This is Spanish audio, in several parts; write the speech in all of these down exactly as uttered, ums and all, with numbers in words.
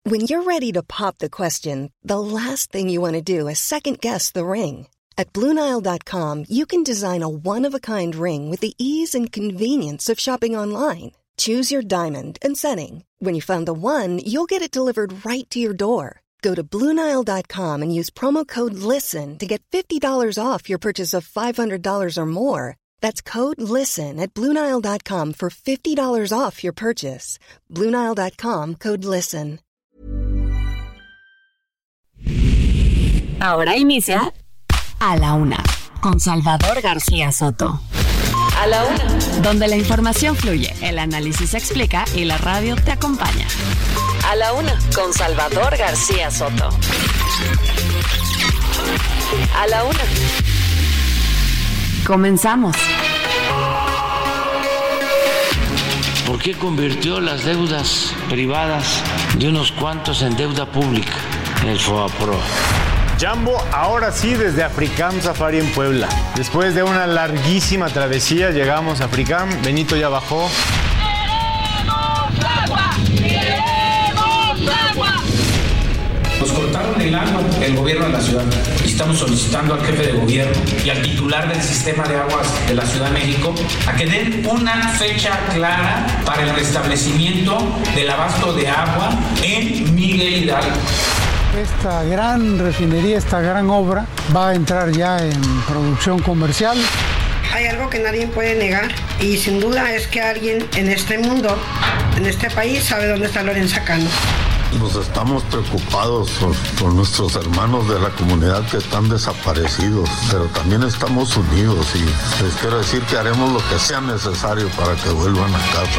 When you're ready to pop the question, the last thing you want to do is second-guess the ring. At Blue Nile dot com, you can design a one-of-a-kind ring with the ease and convenience of shopping online. Choose your diamond and setting. When you find the one, you'll get it delivered right to your door. Go to Blue Nile dot com and use promo code LISTEN to get fifty dollars off your purchase of five hundred dollars or more. That's code LISTEN at Blue Nile dot com for fifty dollars off your purchase. Blue Nile dot com, code LISTEN. Ahora inicia A la Una, con Salvador García Soto. A la Una, donde la información fluye, el análisis se explica y la radio te acompaña. A la Una, con Salvador García Soto. A la Una. Comenzamos. ¿Por qué convirtió las deudas privadas de unos cuantos en deuda pública? El FOBAPROA. Jambo, ahora sí desde Africam Safari en Puebla. Después de una larguísima travesía llegamos a Africam. Benito ya bajó. ¡Queremos agua! ¡Queremos agua! Nos cortaron el agua el gobierno de la ciudad y estamos solicitando al jefe de gobierno y al titular del sistema de aguas de la Ciudad de México a que den una fecha clara para el restablecimiento del abasto de agua en Miguel Hidalgo. Esta gran refinería, esta gran obra va a entrar ya en producción comercial. Hay algo que nadie puede negar y sin duda es que alguien en este mundo, en este país, sabe dónde está Lorenza Cano. Pues estamos preocupados por, por nuestros hermanos de la comunidad que están desaparecidos, pero también estamos unidos y les quiero decir que haremos lo que sea necesario para que vuelvan a casa.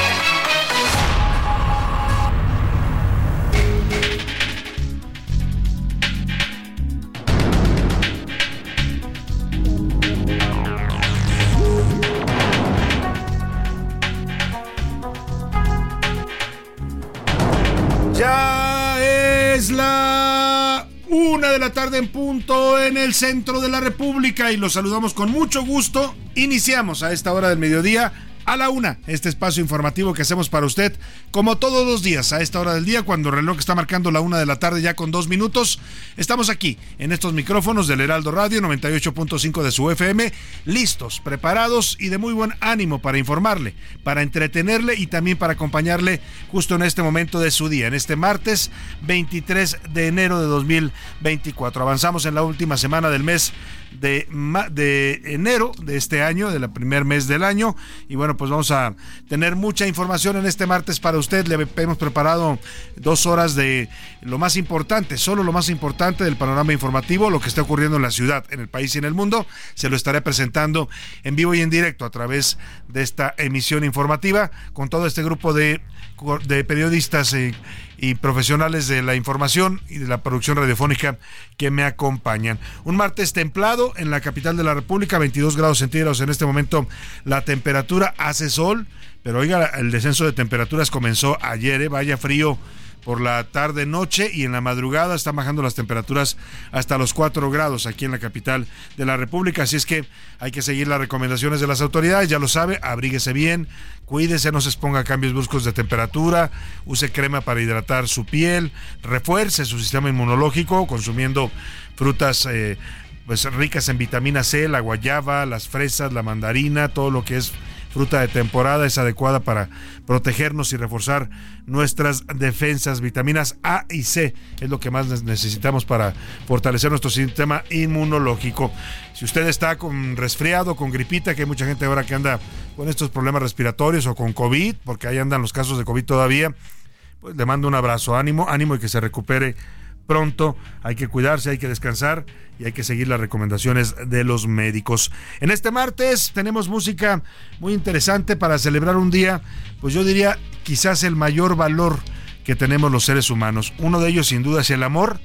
Una de la tarde en punto en el centro de la República y los saludamos con mucho gusto. Iniciamos a esta hora del mediodía A la Una, este espacio informativo que hacemos para usted como todos los días a esta hora del día, cuando el reloj está marcando la una de la tarde ya con dos minutos. Estamos aquí en estos micrófonos del Heraldo Radio noventa y ocho punto cinco de su F M, listos, preparados y de muy buen ánimo para informarle, para entretenerle y también para acompañarle justo en este momento de su día, en este martes veintitrés de enero de dos mil veinticuatro. Avanzamos en la última semana del mes de, de enero de este año, del primer mes del año, y bueno, pues vamos a tener mucha información en este martes para usted. Le hemos preparado dos horas de lo más importante, solo lo más importante del panorama informativo, lo que está ocurriendo en la ciudad, en el país y en el mundo. Se lo estaré presentando en vivo y en directo a través de esta emisión informativa con todo este grupo de, de periodistas y, y profesionales de la información y de la producción radiofónica que me acompañan. Un martes templado en la capital de la República, veintidós grados centígrados en este momento la temperatura, hace sol, pero oiga, el descenso de temperaturas comenzó ayer, ¿eh? Vaya frío por la tarde noche y en la madrugada están bajando las temperaturas hasta los cuatro grados aquí en la capital de la República, así es que hay que seguir las recomendaciones de las autoridades, ya lo sabe, abríguese bien, cuídese, no se exponga a cambios bruscos de temperatura, use crema para hidratar su piel, refuerce su sistema inmunológico consumiendo frutas eh, pues ricas en vitamina C, la guayaba, las fresas, la mandarina, todo lo que es fruta de temporada es adecuada para protegernos y reforzar nuestras defensas. Vitaminas A y C es lo que más necesitamos para fortalecer nuestro sistema inmunológico. Si usted está con resfriado, con gripita, que hay mucha gente ahora que anda con estos problemas respiratorios o con COVID, porque ahí andan los casos de COVID todavía, pues le mando un abrazo, ánimo, ánimo y que se recupere pronto. Hay que cuidarse, hay que descansar y hay que seguir las recomendaciones de los médicos. En este martes tenemos música muy interesante para celebrar un día, pues yo diría quizás el mayor valor que tenemos los seres humanos. Uno de ellos sin duda es el amor,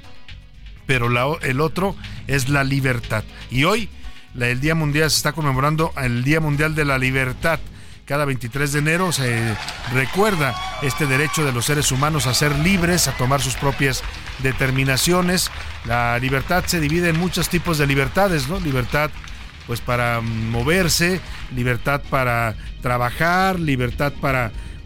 pero la, el otro es la libertad. Y hoy la, el Día Mundial se está conmemorando el Día Mundial de la Libertad. Cada veintitrés de enero se recuerda este derecho de los seres humanos a ser libres, a tomar sus propias determinaciones. La libertad se divide en muchos tipos de libertades, ¿no? Libertad pues para moverse, libertad para trabajar, libertad para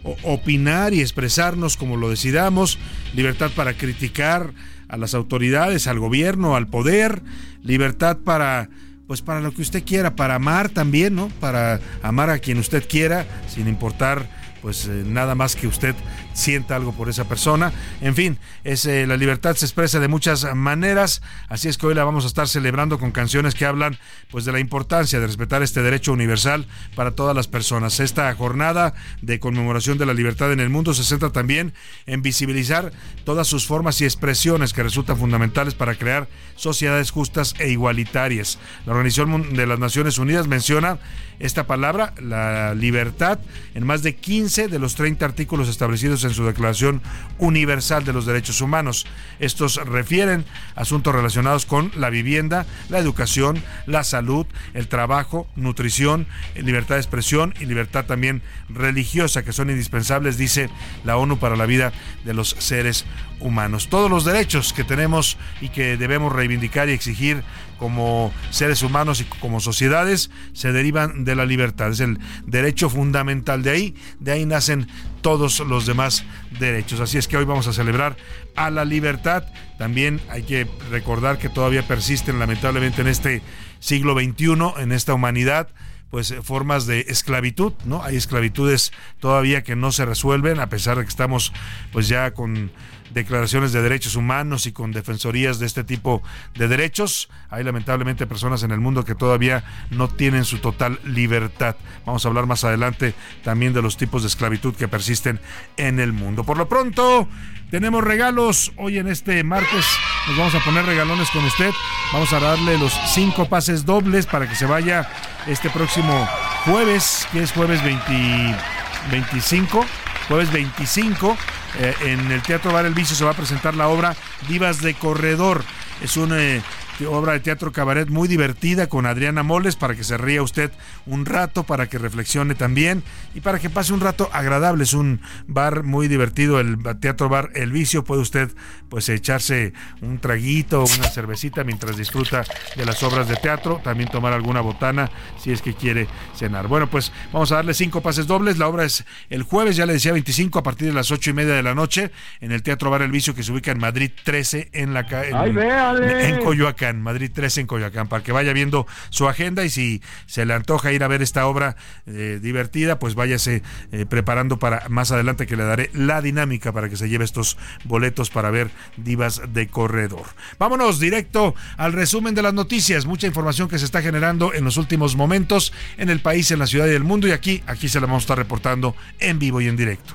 opinar y expresarnos como lo decidamos, libertad para criticar a las autoridades, al gobierno, al poder, libertad para, pues para lo que usted quiera, para amar también, ¿no? Para amar a quien usted quiera, sin importar pues eh, nada más que usted sienta algo por esa persona. En fin, es, eh, la libertad se expresa de muchas maneras, así es que hoy la vamos a estar celebrando con canciones que hablan pues de la importancia de respetar este derecho universal para todas las personas. Esta jornada de conmemoración de la libertad en el mundo se centra también en visibilizar todas sus formas y expresiones que resultan fundamentales para crear sociedades justas e igualitarias. La Organización de las Naciones Unidas menciona esta palabra, la libertad, en más de quince de los treinta artículos establecidos en su Declaración Universal de los Derechos Humanos. Estos refieren a asuntos relacionados con la vivienda, la educación, la salud, el trabajo, nutrición, libertad de expresión y libertad también religiosa, que son indispensables, dice la ONU, para la vida de los seres humanos. Todos los derechos que tenemos y que debemos reivindicar y exigir como seres humanos y como sociedades se derivan de la libertad, es el derecho fundamental. De ahí, de ahí nacen todos los demás derechos. Así es que hoy vamos a celebrar a la libertad. También hay que recordar que todavía persisten lamentablemente en este siglo veintiuno, en esta humanidad, pues formas de esclavitud, ¿no? Hay esclavitudes todavía que no se resuelven, a pesar de que estamos pues ya con declaraciones de derechos humanos y con defensorías de este tipo de derechos. Hay lamentablemente personas en el mundo que todavía no tienen su total libertad. Vamos a hablar más adelante también de los tipos de esclavitud que persisten en el mundo. Por lo pronto, tenemos regalos. Hoy en este martes nos vamos a poner regalones con usted. Vamos a darle los cinco pases dobles para que se vaya este próximo jueves, que es jueves veinte, veinticinco, jueves veinticinco, eh, en el Teatro Bar El Vicio se va a presentar la obra Divas de Corredor. Es una eh, obra de teatro cabaret muy divertida con Adriana Moles, para que se ría usted un rato, para que reflexione también y para que pase un rato agradable. Es un bar muy divertido, el Teatro Bar El Vicio. Puede usted pues echarse un traguito, una cervecita mientras disfruta de las obras de teatro, también tomar alguna botana si es que quiere cenar. Bueno, pues vamos a darle cinco pases dobles. La obra es el jueves, ya le decía, veinticinco, a partir de las ocho y media de la noche, en el Teatro Bar El Vicio, que se ubica en Madrid trece, en la en, Ay, en Coyoacán. Madrid trece en Coyoacán, para que vaya viendo su agenda, y si se le antoja ir a ver esta obra eh, divertida, pues váyase eh, preparando para más adelante, que le daré la dinámica para que se lleve estos boletos para ver Divas de Corredor. Vámonos directo al resumen de las noticias. Mucha información que se está generando en los últimos momentos en el país, en la ciudad y el mundo, y aquí, aquí se la vamos a estar reportando en vivo y en directo.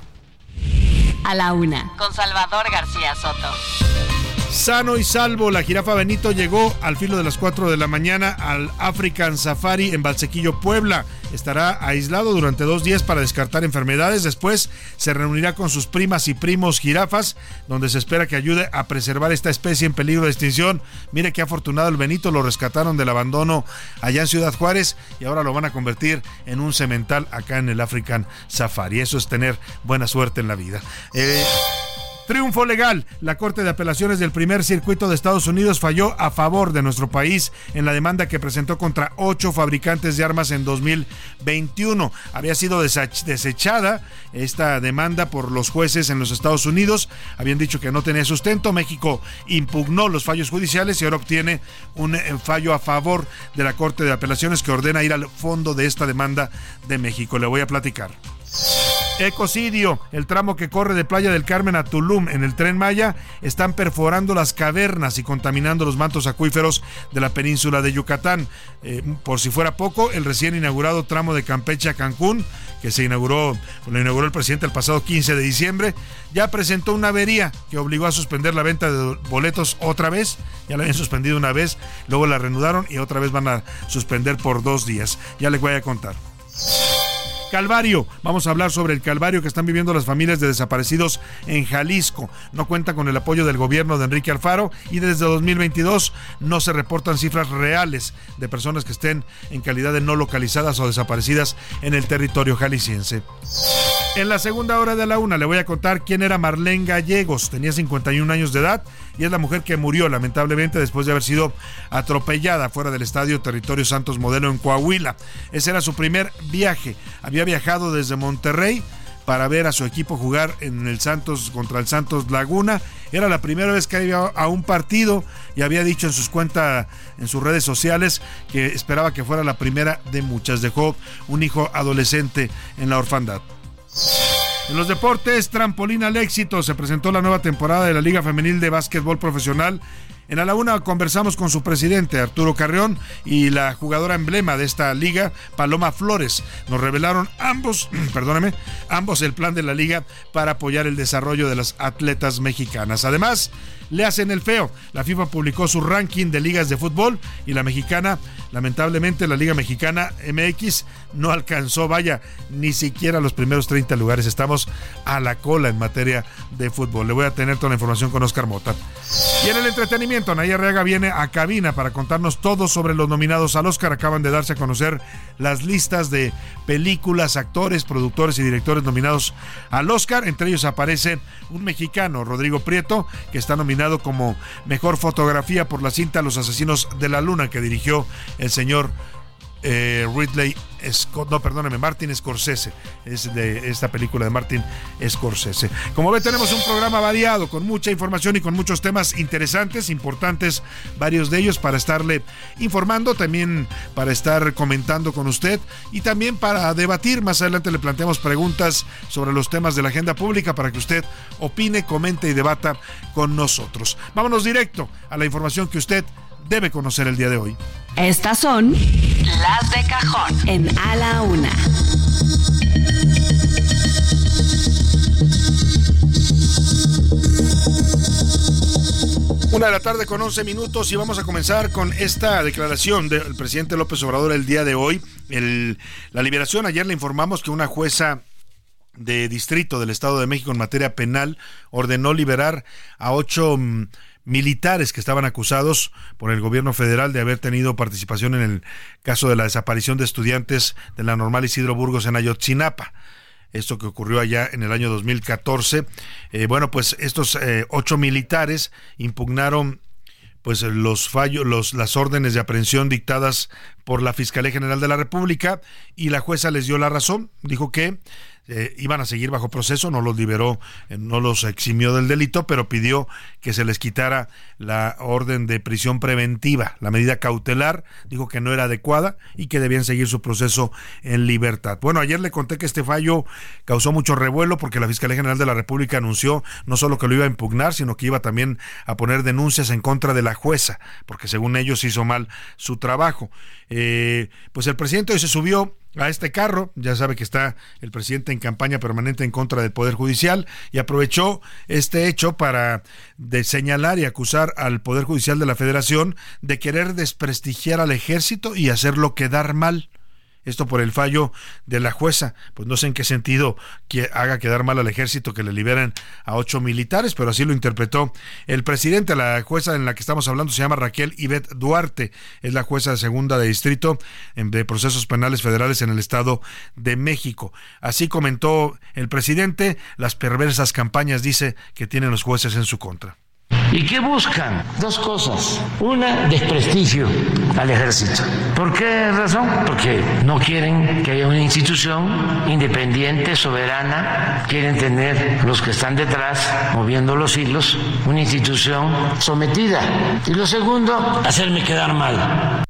A la una, con Salvador García Soto. Sano y salvo, la jirafa Benito llegó al filo de las cuatro de la mañana al African Safari en Valsequillo, Puebla. Estará aislado durante dos días para descartar enfermedades. Después se reunirá con sus primas y primos jirafas, donde se espera que ayude a preservar esta especie en peligro de extinción. Mire qué afortunado el Benito, lo rescataron del abandono allá en Ciudad Juárez y ahora lo van a convertir en un semental acá en el African Safari. Eso es tener buena suerte en la vida. Eh... Triunfo legal. La Corte de Apelaciones del Primer Circuito de Estados Unidos falló a favor de nuestro país en la demanda que presentó contra ocho fabricantes de armas en dos mil veintiuno. Había sido desechada esta demanda por los jueces en los Estados Unidos. Habían dicho que no tenía sustento. México impugnó los fallos judiciales y ahora obtiene un fallo a favor de la Corte de Apelaciones, que ordena ir al fondo de esta demanda de México. Le voy a platicar. Ecocidio. El tramo que corre de Playa del Carmen a Tulum en el Tren Maya están perforando las cavernas y contaminando los mantos acuíferos de la península de Yucatán. Eh, por si fuera poco, el recién inaugurado tramo de Campeche a Cancún, que se inauguró, lo inauguró el presidente el pasado quince de diciembre, ya presentó una avería que obligó a suspender la venta de boletos otra vez. Ya la habían suspendido una vez, luego la reanudaron y otra vez van a suspender por dos días. Ya les voy a contar. Calvario. Vamos a hablar sobre el calvario que están viviendo las familias de desaparecidos en Jalisco. No cuenta con el apoyo del gobierno de Enrique Alfaro y desde dos mil veintidós no se reportan cifras reales de personas que estén en calidad de no localizadas o desaparecidas en el territorio jalisciense. En la segunda hora de la una le voy a contar quién era Marlene Gallegos. Tenía cincuenta y un años de edad y es la mujer que murió lamentablemente después de haber sido atropellada fuera del estadio Territorio Santos Modelo en Coahuila. Ese era su primer viaje. Había viajado desde Monterrey para ver a su equipo jugar en el Santos contra el Santos Laguna. Era la primera vez que iba a un partido y había dicho en sus cuentas, en sus redes sociales, que esperaba que fuera la primera de muchas. Dejó un hijo adolescente en la orfandad. En los deportes, trampolín al éxito. Se presentó la nueva temporada de la Liga Femenil de Básquetbol Profesional. En A la Una conversamos con su presidente, Arturo Carrión, y la jugadora emblema de esta liga, Paloma Flores. Nos revelaron ambos, perdóneme, ambos el plan de la liga para apoyar el desarrollo de las atletas mexicanas. Además, le hacen el feo. La FIFA publicó su ranking de ligas de fútbol y la mexicana, lamentablemente, la Liga Mexicana M X no alcanzó, vaya, ni siquiera los primeros treinta lugares. Estamos a la cola en materia de fútbol. Le voy a tener toda la información con Oscar Mota. Y en el entretenimiento, Anaya Arriaga viene a cabina para contarnos todo sobre los nominados al Oscar. Acaban de darse a conocer las listas de películas, actores, productores y directores nominados al Oscar. Entre ellos aparece un mexicano, Rodrigo Prieto, que está nominado como mejor fotografía por la cinta Los Asesinos de la Luna, que dirigió el señor eh, Ridley Scott, no, perdóneme, Martin Scorsese. Es de esta película de Martin Scorsese. Como ve, tenemos un programa variado, con mucha información y con muchos temas interesantes, importantes, varios de ellos, para estarle informando, también para estar comentando con usted y también para debatir. Más adelante le planteamos preguntas sobre los temas de la agenda pública para que usted opine, comente y debata con nosotros. Vámonos directo a la información que usted debe conocer el día de hoy. Estas son las de cajón en A la Una. Una de la tarde con once minutos y vamos a comenzar con esta declaración del presidente López Obrador el día de hoy. El, la liberación, ayer le informamos que una jueza de distrito del Estado de México en materia penal ordenó liberar a ocho um, militares que estaban acusados por el gobierno federal de haber tenido participación en el caso de la desaparición de estudiantes de la Normal Isidro Burgos en Ayotzinapa. Esto que ocurrió allá en el año dos mil catorce. Eh, bueno, pues estos eh, ocho militares impugnaron pues los fallos, los, las órdenes de aprehensión dictadas por la Fiscalía General de la República, y la jueza les dio la razón. Dijo que Eh, iban a seguir bajo proceso, no los liberó, eh, no los eximió del delito, pero pidió que se les quitara la orden de prisión preventiva, la medida cautelar. Dijo que no era adecuada y que debían seguir su proceso en libertad. Bueno, ayer le conté que este fallo causó mucho revuelo porque la Fiscalía General de la República anunció no solo que lo iba a impugnar, sino que iba también a poner denuncias en contra de la jueza, porque según ellos hizo mal su trabajo. Eh, pues el presidente hoy se subió a este carro. Ya sabe que está el presidente en campaña permanente en contra del Poder Judicial, y aprovechó este hecho para de señalar y acusar al Poder Judicial de la Federación de querer desprestigiar al ejército y hacerlo quedar mal. Esto por el fallo de la jueza. Pues no sé en qué sentido que haga quedar mal al ejército que le liberen a ocho militares, pero así lo interpretó el presidente. La jueza en la que estamos hablando se llama Raquel Ivette Duarte, es la jueza de segunda de distrito de procesos penales federales en el Estado de México. Así comentó el presidente las perversas campañas, dice, que tienen los jueces en su contra. ¿Y qué buscan? Dos cosas. Una, desprestigio al ejército. ¿Por qué razón? Porque no quieren que haya una institución independiente, soberana. Quieren tener los que están detrás, moviendo los hilos, una institución sometida. Y lo segundo, hacerme quedar mal.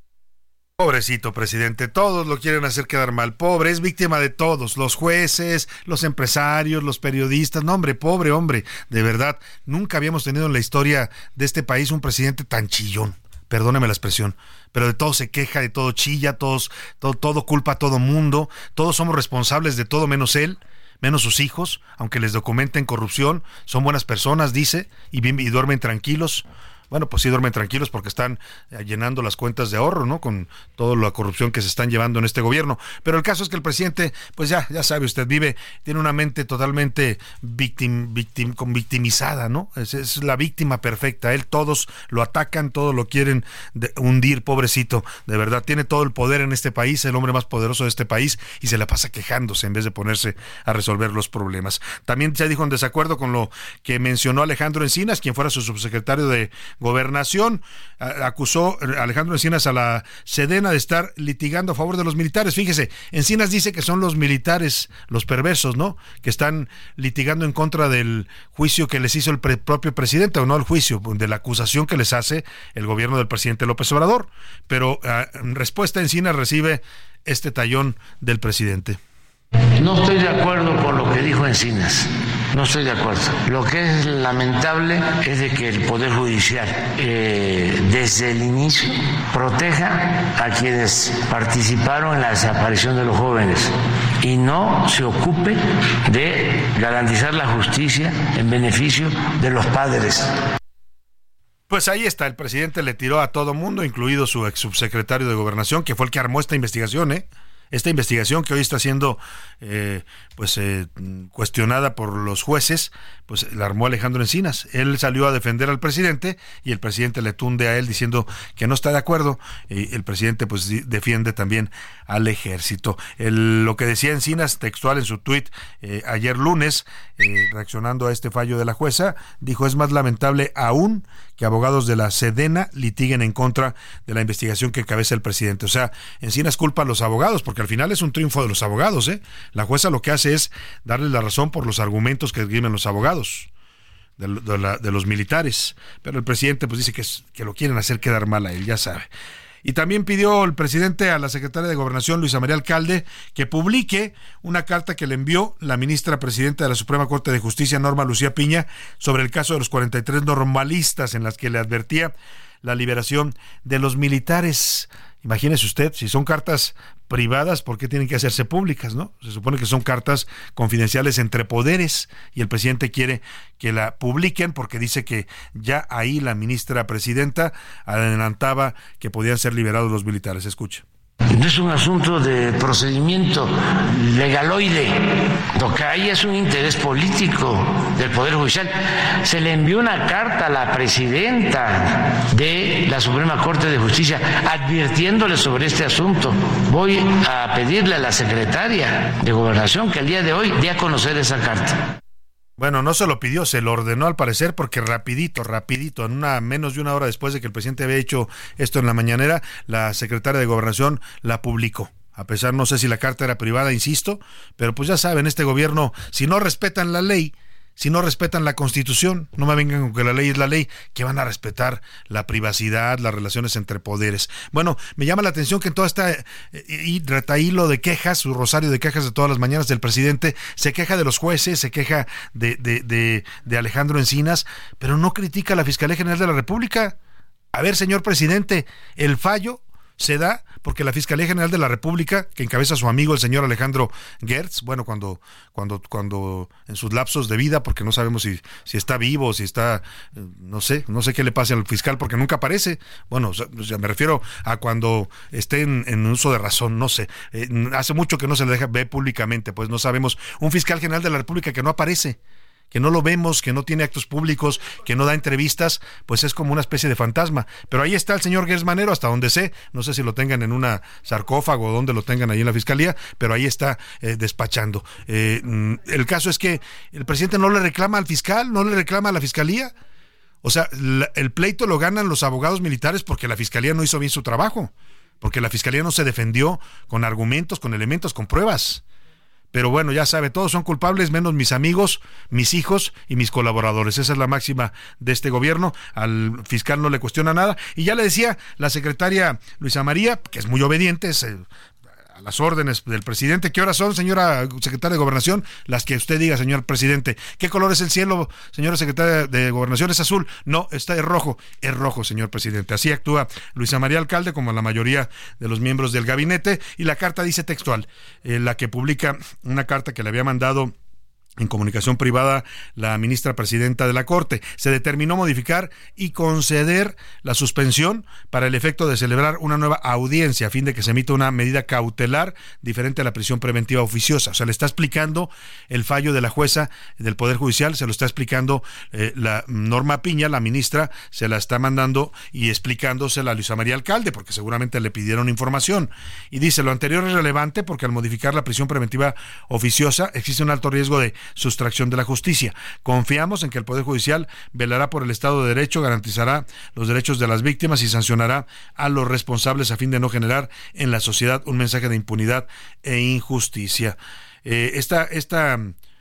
Pobrecito presidente, todos lo quieren hacer quedar mal. Pobre, es víctima de todos, los jueces, los empresarios, los periodistas. No, hombre, pobre hombre, de verdad. Nunca habíamos tenido en la historia de este país un presidente tan chillón. Perdóneme la expresión, pero de todo se queja, de todo chilla, todos, todo, todo culpa a todo mundo. Todos somos responsables de todo menos él, menos sus hijos, aunque les documenten corrupción. Son buenas personas, dice, y, bien, y duermen tranquilos. Bueno, pues sí duermen tranquilos porque están llenando las cuentas de ahorro, ¿no? Con toda la corrupción que se están llevando en este gobierno. Pero el caso es que el presidente, pues ya, ya sabe usted, vive, tiene una mente totalmente victim, victim, con victimizada, ¿no? Es, es la víctima perfecta. Él, todos lo atacan, todos lo quieren de, hundir, pobrecito. De verdad, tiene todo el poder en este país, el hombre más poderoso de este país, y se la pasa quejándose en vez de ponerse a resolver los problemas. También se dijo en desacuerdo con lo que mencionó Alejandro Encinas, quien fuera su subsecretario de Gobernación. A, acusó Alejandro Encinas a la Sedena de estar litigando a favor de los militares. Fíjese, Encinas dice que son los militares, los perversos, ¿no?, que están litigando en contra del juicio que les hizo el pre- propio presidente, o no el juicio, de la acusación que les hace el gobierno del presidente López Obrador. Pero uh, en respuesta, Encinas recibe este tallón del presidente. No estoy de acuerdo con lo que dijo Encinas, no estoy de acuerdo. Lo que es lamentable es de que el Poder Judicial eh, desde el inicio proteja a quienes participaron en la desaparición de los jóvenes y no se ocupe de garantizar la justicia en beneficio de los padres. Pues ahí está, el presidente le tiró a todo mundo, incluido su ex subsecretario de Gobernación, que fue el que armó esta investigación, ¿eh? Esta investigación que hoy está siendo eh, pues eh, cuestionada por los jueces, pues la armó Alejandro Encinas. Él salió a defender al presidente y el presidente le tunde a él diciendo que no está de acuerdo, y el presidente pues defiende también al ejército. El, lo que decía Encinas textual en su tuit eh, ayer lunes, eh, reaccionando a este fallo de la jueza, dijo: es más lamentable aún que abogados de la Sedena litiguen en contra de la investigación que encabeza el presidente. O sea, Encinas culpa a los abogados, porque al final es un triunfo de los abogados, ¿eh? La jueza lo que hace es darles la razón por los argumentos que esgrimen los abogados de, de, la, de los militares, pero el presidente pues dice que, es, que lo quieren hacer quedar mal a él, ya sabe. Y también pidió el presidente a la secretaria de Gobernación, Luisa María Alcalde, que publique una carta que le envió la ministra presidenta de la Suprema Corte de Justicia, Norma Lucía Piña, sobre el caso de los cuarenta y tres normalistas, en las que le advertía la liberación de los militares. Imagínese usted, si son cartas privadas, ¿por qué tienen que hacerse públicas, no? Se supone que son cartas confidenciales entre poderes y el presidente quiere que la publiquen porque dice que ya ahí la ministra presidenta adelantaba que podían ser liberados los militares. Escuche. No es un asunto de procedimiento legaloide, lo que hay es un interés político del Poder Judicial. Se le envió una carta a la presidenta de la Suprema Corte de Justicia advirtiéndole sobre este asunto. Voy a pedirle a la secretaria de Gobernación que el día de hoy dé a conocer esa carta. Bueno, no se lo pidió, se lo ordenó al parecer, porque rapidito, rapidito, en una menos de una hora después de que el presidente había hecho esto en la mañanera, la secretaria de Gobernación la publicó. A pesar, no sé si la carta era privada, insisto, pero pues ya saben, este gobierno, si no respetan la ley, si no respetan la Constitución, no me vengan con que la ley es la ley, que van a respetar la privacidad, las relaciones entre poderes. Bueno, me llama la atención que en toda esta eh, retaílo de quejas, su rosario de quejas de todas las mañanas del presidente, se queja de los jueces, se queja de, de, de, de Alejandro Encinas, pero no critica a la Fiscalía General de la República. A ver, señor presidente, el fallo se da porque la Fiscalía General de la República, que encabeza su amigo el señor Alejandro Gertz, bueno, cuando cuando cuando en sus lapsos de vida, porque no sabemos si si está vivo, si está, no sé, no sé qué le pase al fiscal porque nunca aparece. Bueno, o sea, me refiero a cuando esté en, en uso de razón, no sé. Eh, hace mucho que no se le deja ver públicamente, pues no sabemos. Un fiscal general de la República que no aparece, que no lo vemos, que no tiene actos públicos, que no da entrevistas, pues es como una especie de fantasma. Pero ahí está el señor Gertz Manero, hasta donde sé, no sé si lo tengan en una sarcófago o donde lo tengan ahí en la fiscalía, pero ahí está eh, despachando. Eh, el caso es que el presidente no le reclama al fiscal, no le reclama a la fiscalía. O sea, la, el pleito lo ganan los abogados militares porque la fiscalía no hizo bien su trabajo, porque la fiscalía no se defendió con argumentos, con elementos, con pruebas. Pero bueno, ya sabe, todos son culpables, menos mis amigos, mis hijos y mis colaboradores. Esa es la máxima de este gobierno. Al fiscal no le cuestiona nada. Y ya le decía la secretaria Luisa María, que es muy obediente, es eh, a las órdenes del presidente. ¿Qué horas son, señora secretaria de Gobernación? Las que usted diga, señor presidente. ¿Qué color es el cielo, señora secretaria de Gobernación? ¿Es azul? No, está es rojo. Es rojo, señor presidente. Así actúa Luisa María Alcalde, como la mayoría de los miembros del gabinete. Y la carta dice textual, eh, la que publica una carta que le había mandado en comunicación privada la ministra presidenta de la Corte. Se determinó modificar y conceder la suspensión para el efecto de celebrar una nueva audiencia a fin de que se emita una medida cautelar diferente a la prisión preventiva oficiosa. O sea, le está explicando el fallo de la jueza del Poder Judicial, se lo está explicando eh, la Norma Piña, la ministra, se la está mandando y explicándosela a Luisa María Alcalde, porque seguramente le pidieron información. Y dice, lo anterior es relevante porque al modificar la prisión preventiva oficiosa existe un alto riesgo de sustracción de la justicia. Confiamos en que el Poder Judicial velará por el Estado de Derecho, garantizará los derechos de las víctimas y sancionará a los responsables a fin de no generar en la sociedad un mensaje de impunidad e injusticia. Eh, esta, esta,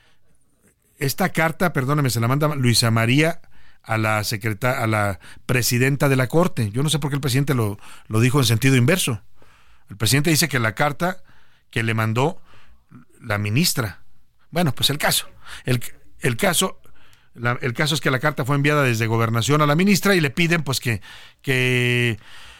esta carta, perdóneme, se la manda Luisa María a la secreta, a la presidenta de la Corte. Yo no sé por qué el presidente lo, lo dijo en sentido inverso. El presidente dice que la carta que le mandó la ministra. Bueno, pues el caso. El, el caso, la, el caso es que la carta fue enviada desde Gobernación a la ministra y le piden pues que, que,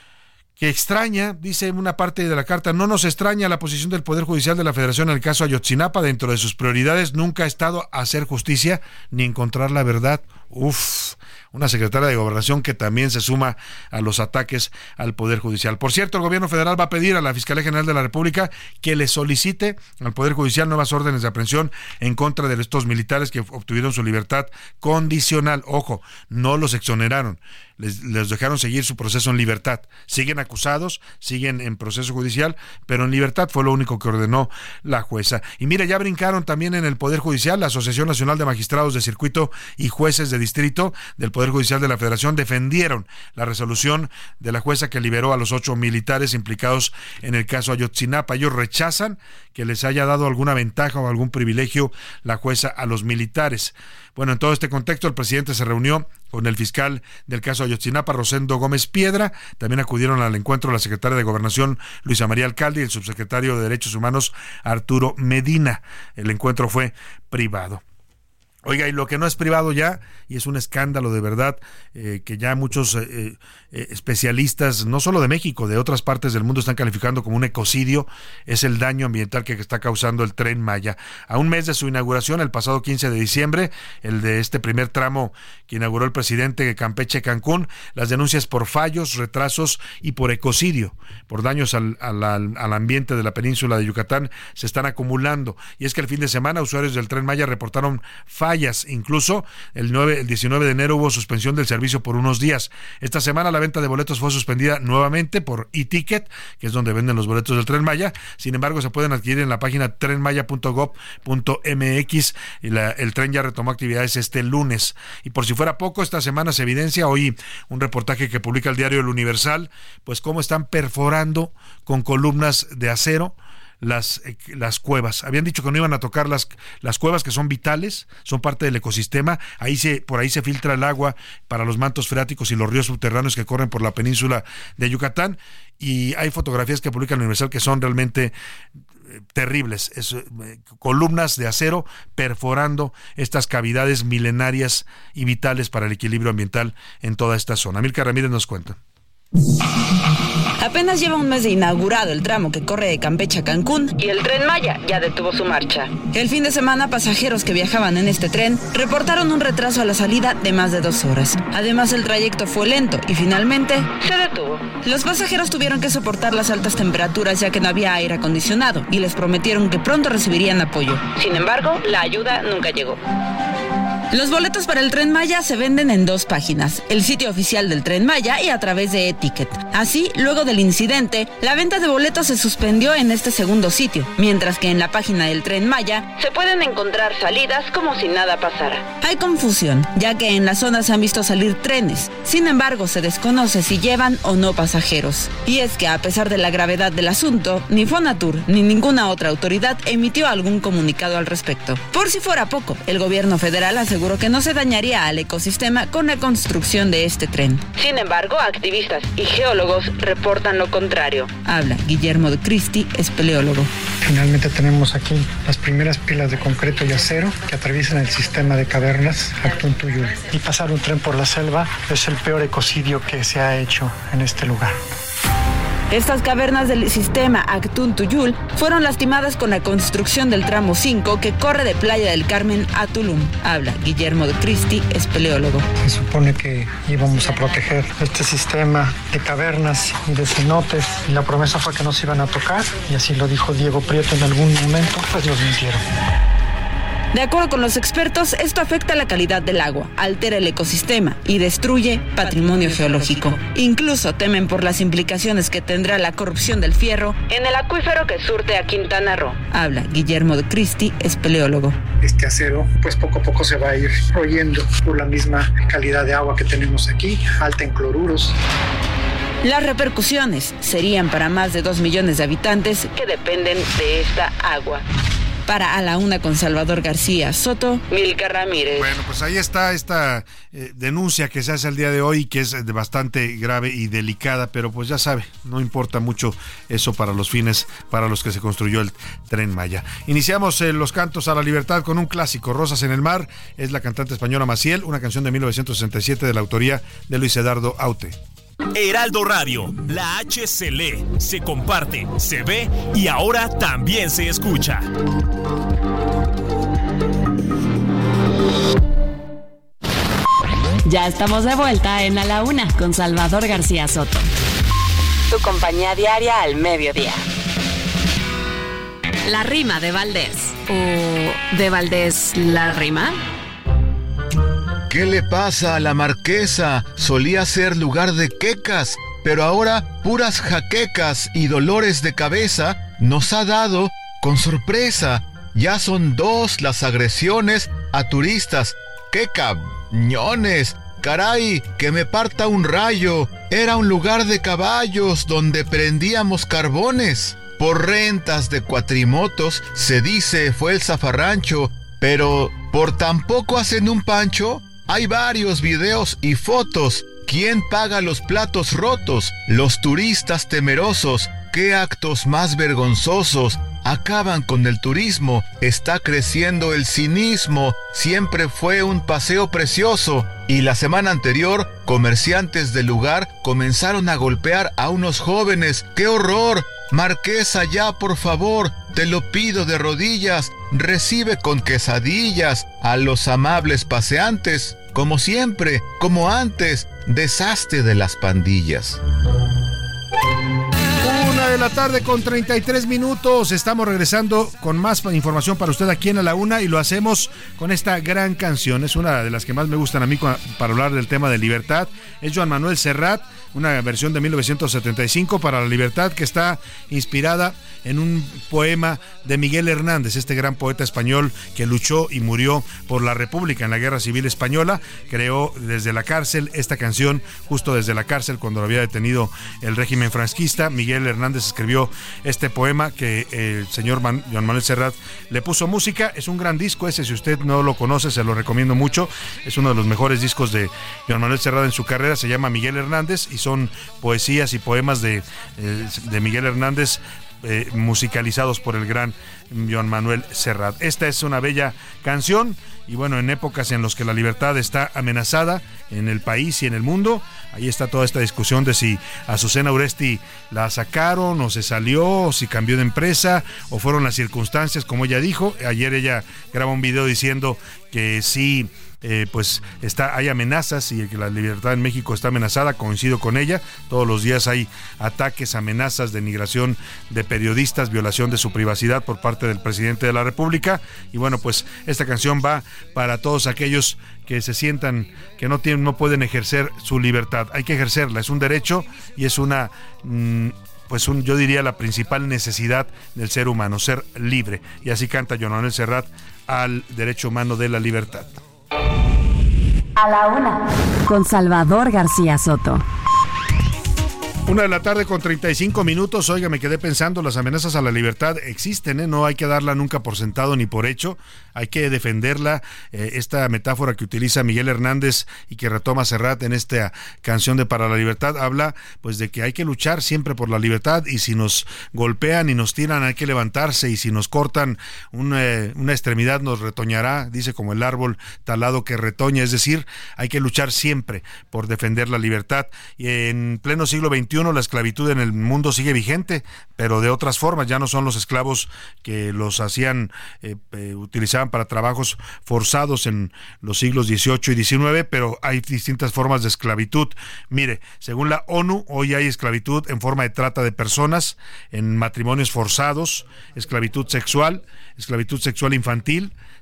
que extraña, dice una parte de la carta, no nos extraña la posición del Poder Judicial de la Federación en el caso Ayotzinapa. Dentro de sus prioridades nunca ha estado hacer justicia ni encontrar la verdad. Uf, una secretaria de Gobernación que también se suma a los ataques al Poder Judicial. Por cierto, el gobierno federal va a pedir a la Fiscalía General de la República que le solicite al Poder Judicial nuevas órdenes de aprehensión en contra de estos militares que obtuvieron su libertad condicional. Ojo, no los exoneraron, les, les dejaron seguir su proceso en libertad. Siguen acusados, siguen en proceso judicial, pero en libertad fue lo único que ordenó la jueza. Y mira, ya brincaron también en el Poder Judicial. La Asociación Nacional de Magistrados de Circuito y Jueces de Distrito del Poder Judicial de la Federación defendieron la resolución de la jueza que liberó a los ocho militares implicados en el caso Ayotzinapa. Ellos rechazan que les haya dado alguna ventaja o algún privilegio la jueza a los militares. Bueno, en todo este contexto, el presidente se reunió con el fiscal del caso Ayotzinapa, Rosendo Gómez Piedra. También acudieron al encuentro la secretaria de Gobernación, Luisa María Alcalde, y el subsecretario de Derechos Humanos, Arturo Medina. El encuentro fue privado. Oiga, y lo que no es privado ya, y es un escándalo de verdad, eh, que ya muchos eh, eh, especialistas, no solo de México, de otras partes del mundo, están calificando como un ecocidio, es el daño ambiental que está causando el Tren Maya. A un mes de su inauguración, el pasado quince de diciembre, el de este primer tramo que inauguró el presidente de Campeche-Cancún, las denuncias por fallos, retrasos y por ecocidio, por daños al, al, al ambiente de la península de Yucatán, se están acumulando. Y es que el fin de semana, usuarios del Tren Maya reportaron fallos. Incluso el, nueve, el diecinueve de enero hubo suspensión del servicio por unos días. Esta semana la venta de boletos fue suspendida nuevamente por e-ticket, que es donde venden los boletos del Tren Maya. Sin embargo, se pueden adquirir en la página tren maya punto gob punto m x y la, el tren ya retomó actividades este lunes. Y por si fuera poco, esta semana se evidencia hoy un reportaje que publica el diario El Universal, pues cómo están perforando con columnas de acero Las, las cuevas. Habían dicho que no iban a tocar las, las cuevas, que son vitales, son parte del ecosistema. Ahí se, por ahí se filtra el agua para los mantos freáticos y los ríos subterráneos que corren por la península de Yucatán. Y hay fotografías que publica el Universal que son realmente terribles. Es, eh, columnas de acero perforando estas cavidades milenarias y vitales para el equilibrio ambiental en toda esta zona. Milka Ramírez nos cuenta. Apenas lleva un mes de inaugurado el tramo que corre de Campeche a Cancún y el Tren Maya ya detuvo su marcha. El fin de semana, pasajeros que viajaban en este tren reportaron un retraso a la salida de más de dos horas. Además, el trayecto fue lento y finalmente se detuvo. Los pasajeros tuvieron que soportar las altas temperaturas ya que no había aire acondicionado y les prometieron que pronto recibirían apoyo. Sin embargo, la ayuda nunca llegó. Los boletos para el Tren Maya se venden en dos páginas, el sitio oficial del Tren Maya y a través de e-ticket. Así, luego del incidente, la venta de boletos se suspendió en este segundo sitio, mientras que en la página del Tren Maya se pueden encontrar salidas como si nada pasara. Hay confusión, ya que en la zona se han visto salir trenes, sin embargo se desconoce si llevan o no pasajeros. Y es que a pesar de la gravedad del asunto, ni Fonatur ni ninguna otra autoridad emitió algún comunicado al respecto. Por si fuera poco, el gobierno federal aseguró que no se dañaría al ecosistema con la construcción de este tren. Sin embargo, activistas y geólogos reportan lo contrario. Habla Guillermo de Cristi, espeleólogo. Finalmente tenemos aquí las primeras pilas de concreto y acero que atraviesan el sistema de cavernas Actún Tuyul. Y pasar un tren por la selva es el peor ecocidio que se ha hecho en este lugar. Estas cavernas del sistema Actún Tuyul fueron lastimadas con la construcción del tramo cinco que corre de Playa del Carmen a Tulum. Habla Guillermo de Cristi, espeleólogo. Se supone que íbamos a proteger este sistema de cavernas y de cenotes y la promesa fue que no se iban a tocar y así lo dijo Diego Prieto en algún momento, pues nos mintieron. De acuerdo con los expertos, esto afecta la calidad del agua, altera el ecosistema y destruye patrimonio geológico. Incluso temen por las implicaciones que tendrá la corrupción del fierro en el acuífero que surte a Quintana Roo. Habla Guillermo de Cristi, espeleólogo. Este acero, pues poco a poco se va a ir royendo por la misma calidad de agua que tenemos aquí, alta en cloruros. Las repercusiones serían para más de dos millones de habitantes que dependen de esta agua. Para A la Una con Salvador García Soto, Milka Ramírez. Bueno, pues ahí está esta eh, denuncia que se hace el día de hoy, que es de bastante grave y delicada, pero pues ya sabe, no importa mucho eso para los fines para los que se construyó el Tren Maya. Iniciamos eh, los cantos a la libertad con un clásico, Rosas en el mar, es la cantante española Maciel, una canción de mil novecientos sesenta y siete de la autoría de Luis Edardo Aute. Heraldo Radio, la H se lee, se comparte, se ve y ahora también se escucha. Ya estamos de vuelta en A la Una con Salvador García Soto. Tu compañía diaria al mediodía. La rima de Valdés. ¿O de Valdés la rima? ¿Qué le pasa a la marquesa? Solía ser lugar de quecas, pero ahora puras jaquecas y dolores de cabeza nos ha dado con sorpresa. Ya son dos las agresiones a turistas. ¡Qué cañones! ¡Caray, que me parta un rayo! Era un lugar de caballos donde prendíamos carbones. Por rentas de cuatrimotos, se dice fue el zafarrancho, pero por tan poco hacen un pancho. Hay varios videos y fotos. ¿Quién paga los platos rotos? Los turistas temerosos. ¿Qué actos más vergonzosos acaban con el turismo? Está creciendo el cinismo. Siempre fue un paseo precioso. Y la semana anterior, comerciantes del lugar comenzaron a golpear a unos jóvenes. ¡Qué horror! Marquesa, ya, por favor, te lo pido de rodillas. Recibe con quesadillas a los amables paseantes. Como siempre, como antes, deshazte de las pandillas. Una de la tarde con treinta y tres minutos. Estamos regresando con más información para usted aquí en A la Una y lo hacemos con esta gran canción. Es una de las que más me gustan a mí para hablar del tema de libertad. Es Joan Manuel Serrat, una versión de mil novecientos setenta y cinco para la libertad que está inspirada en un poema de Miguel Hernández, este gran poeta español que luchó y murió por la República en la Guerra Civil Española. Creó desde la cárcel esta canción, justo desde la cárcel cuando lo había detenido el régimen franquista. Miguel Hernández escribió este poema que el señor Man- Joan Manuel Serrat le puso música. Es un gran disco ese, si usted no lo conoce se lo recomiendo mucho. Es uno de los mejores discos de Joan Manuel Serrat en su carrera, se llama Miguel Hernández y son poesías y poemas de, eh, de Miguel Hernández eh, musicalizados por el gran Joan Manuel Serrat. Esta es una bella canción y bueno, en épocas en las que la libertad está amenazada en el país y en el mundo, ahí está toda esta discusión de si Azucena Uresti la sacaron o se salió, o si cambió de empresa o fueron las circunstancias, como ella dijo. Ayer ella graba un video diciendo que sí, Eh, pues está, hay amenazas y que la libertad en México está amenazada. Coincido con ella, todos los días hay ataques, amenazas, denigración de periodistas, violación de su privacidad por parte del presidente de la República. Y bueno, pues esta canción va para todos aquellos que se sientan que no tienen, no pueden ejercer su libertad. Hay que ejercerla, es un derecho y es una mmm, pues un, yo diría la principal necesidad del ser humano, ser libre. Y así canta Joan Manuel Serrat al derecho humano de la libertad. A la Una con Salvador García Soto. Una de la tarde con treinta y cinco minutos. Oiga, me quedé pensando, las amenazas a la libertad existen, ¿eh? No hay que darla nunca por sentado ni por hecho, hay que defenderla. Eh, esta metáfora que utiliza Miguel Hernández y que retoma Serrat en esta canción de Para la Libertad, habla pues de que hay que luchar siempre por la libertad y si nos golpean y nos tiran hay que levantarse y si nos cortan una, una extremidad nos retoñará, dice como el árbol talado que retoña, es decir, hay que luchar siempre por defender la libertad. Y en pleno siglo veintiuno la esclavitud en el mundo sigue vigente, pero de otras formas, ya no son los esclavos que los hacían, eh, eh, utilizaban para trabajos forzados en los siglos dieciocho y diecinueve, pero hay distintas formas de esclavitud. Mire, según la ONU, hoy hay esclavitud en forma de trata de personas, en matrimonios forzados, esclavitud sexual, esclavitud sexual infantil,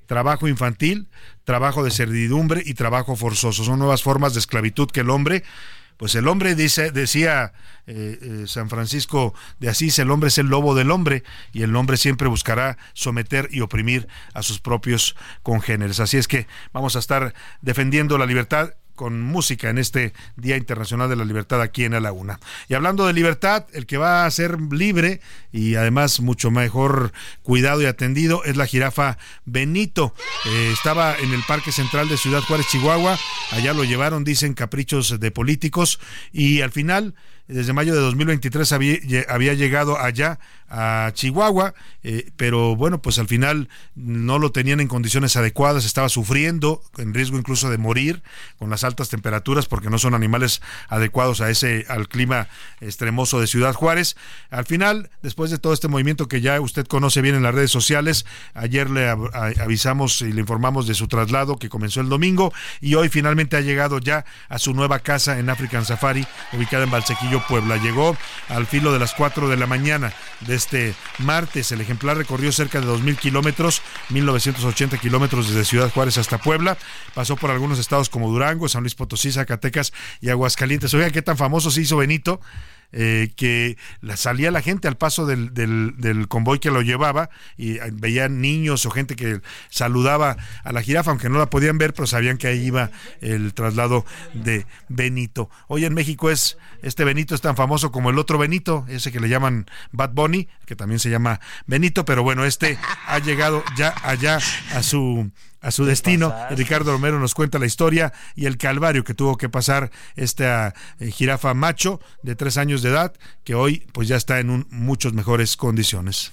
trabajo infantil, trabajo de servidumbre y trabajo forzoso. Son nuevas formas de esclavitud que el hombre, pues el hombre dice, decía eh, eh, San Francisco de Asís, el hombre es el lobo del hombre y el hombre siempre buscará someter y oprimir a sus propios congéneres. Así es que vamos a estar defendiendo la libertad con música en este Día Internacional de la Libertad aquí en A la Una. Y hablando de libertad, el que va a ser libre y además mucho mejor cuidado y atendido es la jirafa Benito. Eh, estaba en el Parque Central de Ciudad Juárez, Chihuahua. Allá lo llevaron, dicen, caprichos de políticos, y al final, desde mayo de dos mil veintitrés había, había llegado allá a Chihuahua, eh, pero bueno, pues al final no lo tenían en condiciones adecuadas, estaba sufriendo, en riesgo incluso de morir con las altas temperaturas, porque no son animales adecuados a ese, al clima extremoso de Ciudad Juárez. Al final, después de todo este movimiento que ya usted conoce bien en las redes sociales, ayer le avisamos y le informamos de su traslado que comenzó el domingo, y hoy finalmente ha llegado ya a su nueva casa en African Safari, ubicada en Valsequillo, Puebla. Llegó al filo de las cuatro de la mañana de este martes. El ejemplar recorrió cerca de dos mil kilómetros, mil novecientos ochenta kilómetros desde Ciudad Juárez hasta Puebla. Pasó por algunos estados como Durango, San Luis Potosí, Zacatecas y Aguascalientes. Oiga, qué tan famoso se hizo Benito, Eh, que la, salía la gente al paso del, del, del convoy que lo llevaba, y veían niños o gente que saludaba a la jirafa, aunque no la podían ver, pero sabían que ahí iba el traslado de Benito. Hoy en México es este Benito es tan famoso como el otro Benito, ese que le llaman Bad Bunny, que también se llama Benito, pero bueno, este ha llegado ya allá a su a su destino. Ricardo Romero nos cuenta la historia y el calvario que tuvo que pasar esta eh, jirafa macho de tres años de edad, que hoy pues ya está en un, muchas mejores condiciones.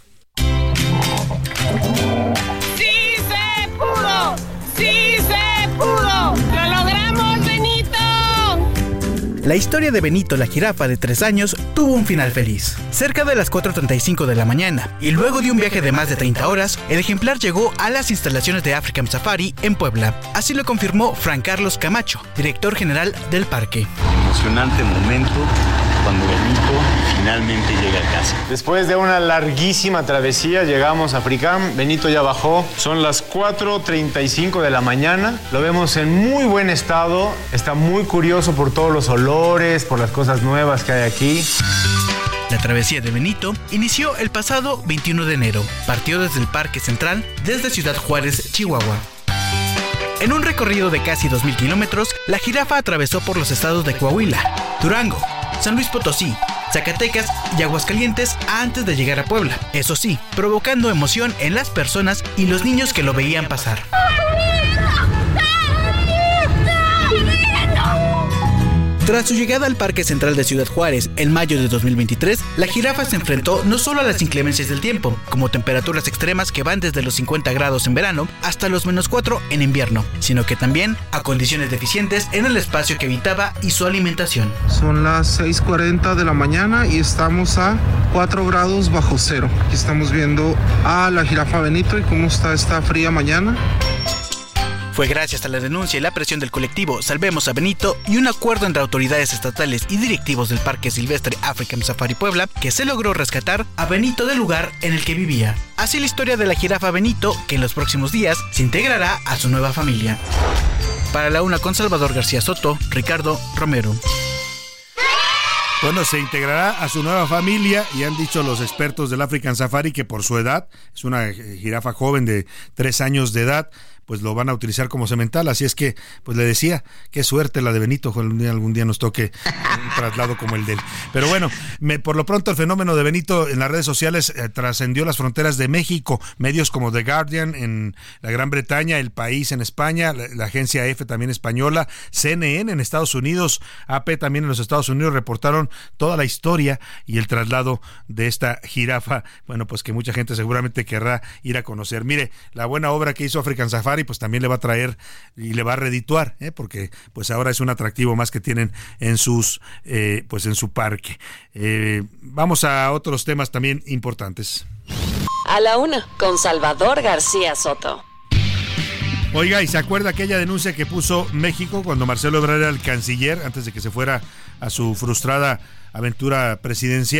¡Sí se pudo! ¡Sí se pudo! ¡Lo logramos, Benito! La historia de Benito, la jirafa de tres años, tuvo un final feliz. Cerca de las cuatro treinta y cinco de la mañana, y luego de un viaje de más de treinta horas, el ejemplar llegó a las instalaciones de African Safari en Puebla. Así lo confirmó Fran Carlos Camacho, director general del parque. Emocionante momento cuando Benito finalmente llega a casa. Después de una larguísima travesía llegamos a Africam. Benito ya bajó. Son las cuatro treinta y cinco de la mañana. Lo vemos en muy buen estado. Está muy curioso por todos los olores, por las cosas nuevas que hay aquí. La travesía de Benito inició el pasado veintiuno de enero. Partió desde el Parque Central, desde Ciudad Juárez, Chihuahua. En un recorrido de casi dos mil kilómetros, la jirafa atravesó por los estados de Coahuila, Durango, San Luis Potosí, Zacatecas y Aguascalientes antes de llegar a Puebla. Eso sí, provocando emoción en las personas y los niños que lo veían pasar. Tras su llegada al Parque Central de Ciudad Juárez en mayo de dos mil veintitrés, la jirafa se enfrentó no solo a las inclemencias del tiempo, como temperaturas extremas que van desde los cincuenta grados en verano hasta los menos cuatro en invierno, sino que también a condiciones deficientes en el espacio que habitaba y su alimentación. Son las seis cuarenta de la mañana y estamos a cuatro grados bajo cero. Aquí estamos viendo a la jirafa Benito y cómo está esta fría mañana. Fue gracias a la denuncia y la presión del colectivo Salvemos a Benito y un acuerdo entre autoridades estatales y directivos del Parque Silvestre African Safari Puebla que se logró rescatar a Benito del lugar en el que vivía. Así la historia de la jirafa Benito, que en los próximos días se integrará a su nueva familia. Para la Una con Salvador García Soto, Ricardo Romero. Bueno, se integrará a su nueva familia y han dicho los expertos del African Safari que por su edad, es una jirafa joven de tres años de edad, pues lo van a utilizar como semental, así es que, pues le decía, qué suerte la de Benito, algún día, algún día nos toque un traslado como el de él. Pero bueno, me, por lo pronto el fenómeno de Benito en las redes sociales eh, trascendió las fronteras de México. Medios como The Guardian en la Gran Bretaña, El País en España, la, la agencia F también española, C N N en Estados Unidos, A P también en los Estados Unidos reportaron toda la historia y el traslado de esta jirafa, bueno, pues que mucha gente seguramente querrá ir a conocer. Mire, la buena obra que hizo African Safari pues también le va a traer y le va a redituar, ¿eh? porque pues ahora es un atractivo más que tienen en sus eh, pues en su parque. Eh, vamos a otros temas también importantes. A la Una con Salvador García Soto. Oiga, ¿y se acuerda aquella denuncia que puso México cuando Marcelo Ebrard era el canciller antes de que se fuera a su frustrada aventura presidencial?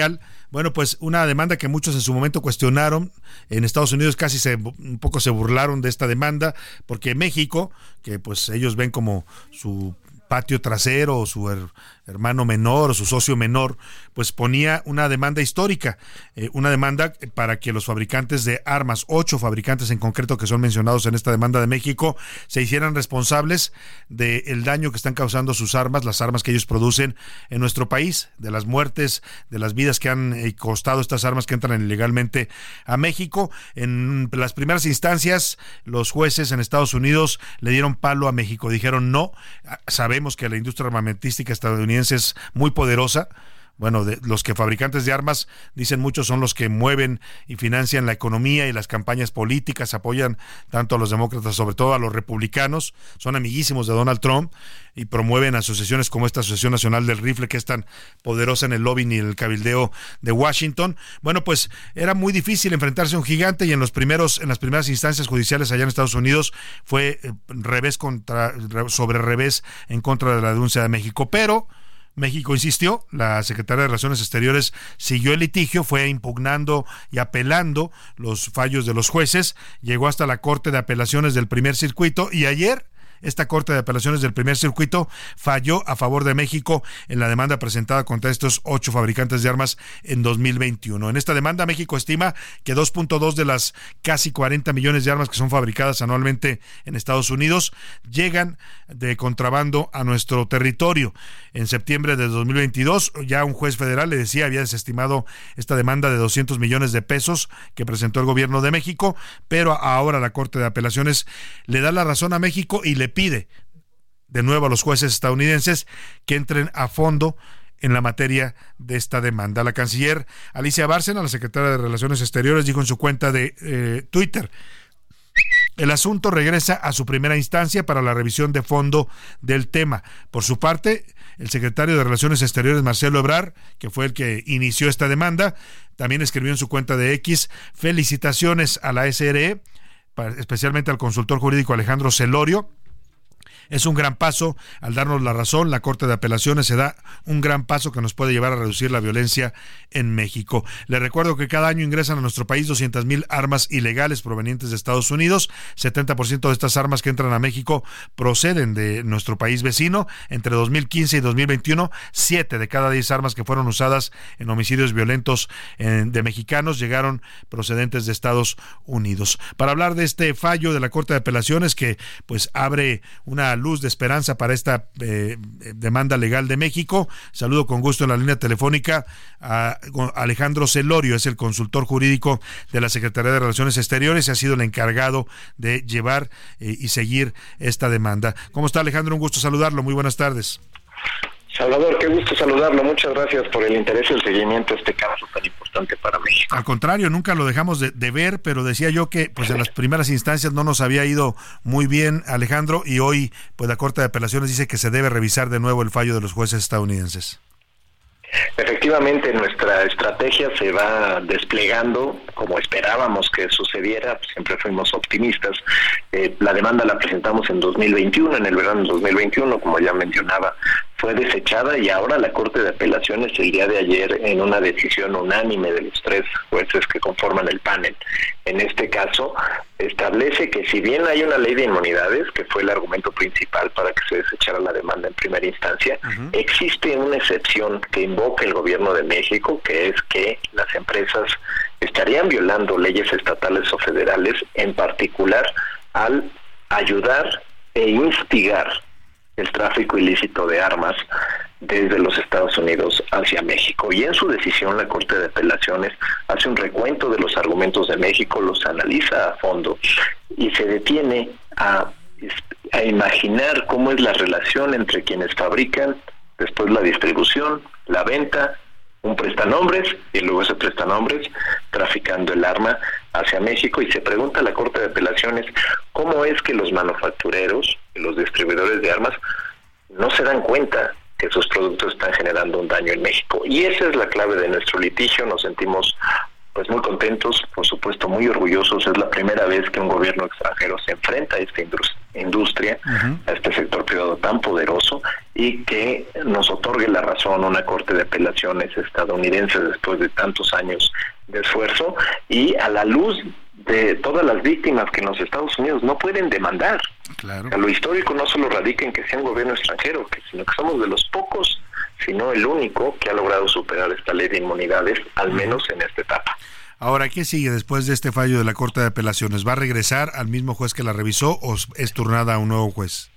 Bueno, pues una demanda que muchos en su momento cuestionaron. En Estados Unidos casi se un poco se burlaron de esta demanda, porque México, que pues ellos ven como su patio trasero o su her, hermano menor o su socio menor, pues ponía una demanda histórica, eh, una demanda para que los fabricantes de armas, ocho fabricantes en concreto que son mencionados en esta demanda de México, se hicieran responsables del daño que están causando sus armas, las armas que ellos producen en nuestro país, de las muertes, de las vidas que han eh, costado estas armas que entran ilegalmente a México. En las primeras instancias, los jueces en Estados Unidos le dieron palo a México, dijeron no, sabemos Sabemos que la industria armamentística estadounidense es muy poderosa. Bueno, de, los que fabricantes de armas, dicen muchos, son los que mueven y financian la economía y las campañas políticas, apoyan tanto a los demócratas, sobre todo a los republicanos, son amiguísimos de Donald Trump y promueven asociaciones como esta Asociación Nacional del Rifle, que es tan poderosa en el lobbying y el cabildeo de Washington. Bueno, pues era muy difícil enfrentarse a un gigante, y en los primeros, en las primeras instancias judiciales allá en Estados Unidos fue eh, revés contra, sobre revés en contra de la denuncia de México, pero México insistió, la Secretaría de Relaciones Exteriores siguió el litigio, fue impugnando y apelando los fallos de los jueces, llegó hasta la Corte de Apelaciones del Primer Circuito, y ayer esta Corte de Apelaciones del Primer Circuito falló a favor de México en la demanda presentada contra estos ocho fabricantes de armas en dos mil veintiuno. En esta demanda, México estima que dos punto dos de las casi cuarenta millones de armas que son fabricadas anualmente en Estados Unidos llegan de contrabando a nuestro territorio. En septiembre de dos mil veintidós, ya un juez federal, le decía, había desestimado esta demanda de doscientos millones de pesos que presentó el gobierno de México, pero ahora la Corte de Apelaciones le da la razón a México y le pide de nuevo a los jueces estadounidenses que entren a fondo en la materia de esta demanda. La canciller Alicia Bárcena, la secretaria de Relaciones Exteriores, dijo en su cuenta de eh, Twitter: el asunto regresa a su primera instancia para la revisión de fondo del tema. Por su parte, el secretario de Relaciones Exteriores, Marcelo Ebrard, que fue el que inició esta demanda, también escribió en su cuenta de X: felicitaciones a la S R E, especialmente al consultor jurídico Alejandro Celorio. Es un gran paso al darnos la razón. La Corte de Apelaciones se da un gran paso que nos puede llevar a reducir la violencia en México. Le recuerdo que cada año ingresan a nuestro país doscientas mil armas ilegales provenientes de Estados Unidos. setenta por ciento de estas armas que entran a México proceden de nuestro país vecino. Entre dos mil quince y dos mil veintiuno, siete de cada diez armas que fueron usadas en homicidios violentos de mexicanos llegaron procedentes de Estados Unidos. Para hablar de este fallo de la Corte de Apelaciones, que pues abre una luz de esperanza para esta eh, demanda legal de México, saludo con gusto en la línea telefónica a Alejandro Celorio, es el consultor jurídico de la Secretaría de Relaciones Exteriores y ha sido el encargado de llevar eh, y seguir esta demanda. ¿Cómo está, Alejandro? Un gusto saludarlo, muy buenas tardes. Salvador, qué gusto saludarlo. Muchas gracias por el interés y el seguimiento a este caso tan importante para México. Al contrario, nunca lo dejamos de, de ver, pero decía yo que pues en las primeras instancias no nos había ido muy bien, Alejandro, y hoy pues la Corte de Apelaciones dice que se debe revisar de nuevo el fallo de los jueces estadounidenses. Efectivamente, nuestra estrategia se va desplegando como esperábamos que sucediera, siempre fuimos optimistas. Eh, la demanda la presentamos en dos mil veintiuno, en el verano de dos mil veintiuno, como ya mencionaba, fue desechada y ahora la Corte de Apelaciones el día de ayer, en una decisión unánime de los tres jueces que conforman el panel, en este caso establece que si bien hay una ley de inmunidades, que fue el argumento principal para que se desechara la demanda en primera instancia, uh-huh. existe una excepción que invoca el gobierno de México, que es que las empresas estarían violando leyes estatales o federales, en particular al ayudar e instigar el tráfico ilícito de armas desde los Estados Unidos hacia México. Y en su decisión la Corte de Apelaciones hace un recuento de los argumentos de México, los analiza a fondo y se detiene a, a imaginar cómo es la relación entre quienes fabrican, después la distribución, la venta, un prestanombres y luego ese prestanombres traficando el arma hacia México, y se pregunta a la Corte de Apelaciones cómo es que los manufactureros y los distribuidores de armas no se dan cuenta que sus productos están generando un daño en México. Y esa es la clave de nuestro litigio. Nos sentimos pues muy contentos, por supuesto muy orgullosos. Es la primera vez que un gobierno extranjero se enfrenta a esta industria, uh-huh. a este sector privado tan poderoso, y que nos otorgue la razón una corte de apelaciones estadounidense después de tantos años de esfuerzo, y a la luz de todas las víctimas que en los Estados Unidos no pueden demandar. Claro. O sea, lo histórico no solo radica en que sea un gobierno extranjero, que, sino que somos de los pocos, sino el único que ha logrado superar esta ley de inmunidades, al menos en esta etapa. Ahora, ¿qué sigue después de este fallo de la Corte de Apelaciones? ¿Va a regresar al mismo juez que la revisó o es turnada a un nuevo juez?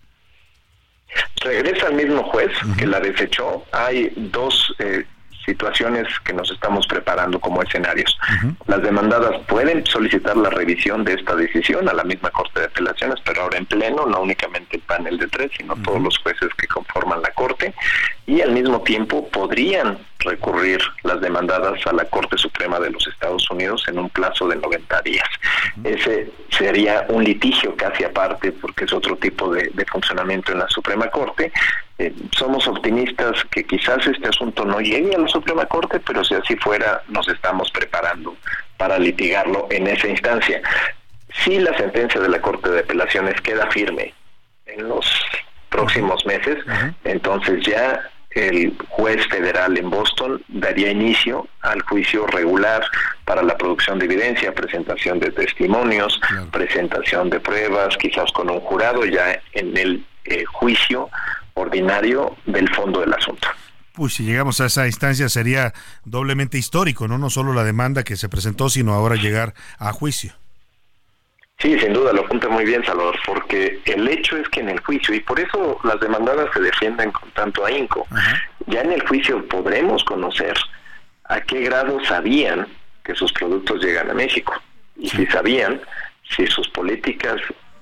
Regresa al mismo juez uh-huh. que la desechó. Hay dos eh, situaciones que nos estamos preparando como escenarios. Uh-huh. Las demandadas pueden solicitar la revisión de esta decisión a la misma Corte de Apelaciones, pero ahora en pleno, no únicamente el panel de tres, sino uh-huh. todos los jueces que conforman la Corte, y al mismo tiempo podrían recurrir las demandadas a la Corte Suprema de los Estados Unidos en un plazo de noventa días. Uh-huh. Ese sería un litigio casi aparte, porque es otro tipo de, de funcionamiento en la Suprema Corte. Eh, somos optimistas que quizás este asunto no llegue a la Suprema Corte, pero si así fuera, nos estamos preparando para litigarlo en esa instancia. Si la sentencia de la Corte de Apelaciones queda firme en los próximos meses, uh-huh. entonces ya el juez federal en Boston daría inicio al juicio regular para la producción de evidencia, presentación de testimonios, claro. presentación de pruebas, quizás con un jurado ya en el eh, juicio ordinario del fondo del asunto. Pues si llegamos a esa instancia sería doblemente histórico, ¿no? No solo la demanda que se presentó, sino ahora llegar a juicio. Sí, sin duda, lo apunta muy bien, Salvador, porque el hecho es que en el juicio, y por eso las demandadas se defienden con tanto ahínco, uh-huh. ya en el juicio podremos conocer a qué grado sabían que sus productos llegan a México, y sí. si sabían, si sus políticas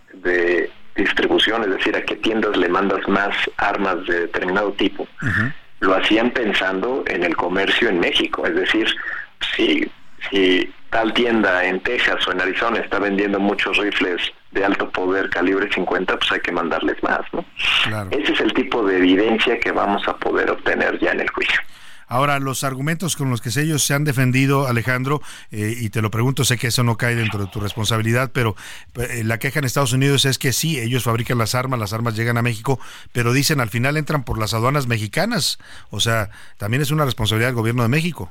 de distribución, es decir, a qué tiendas le mandas más armas de determinado tipo, uh-huh. lo hacían pensando en el comercio en México, es decir, si... si tal tienda en Texas o en Arizona está vendiendo muchos rifles de alto poder calibre cincuenta, pues hay que mandarles más, ¿no? Claro. Ese es el tipo de evidencia que vamos a poder obtener ya en el juicio. Ahora, los argumentos con los que ellos se han defendido, Alejandro, eh, y te lo pregunto, sé que eso no cae dentro de tu responsabilidad, pero eh, la queja en Estados Unidos es que sí, ellos fabrican las armas, las armas llegan a México, pero dicen al final entran por las aduanas mexicanas. O sea, también es una responsabilidad del gobierno de México.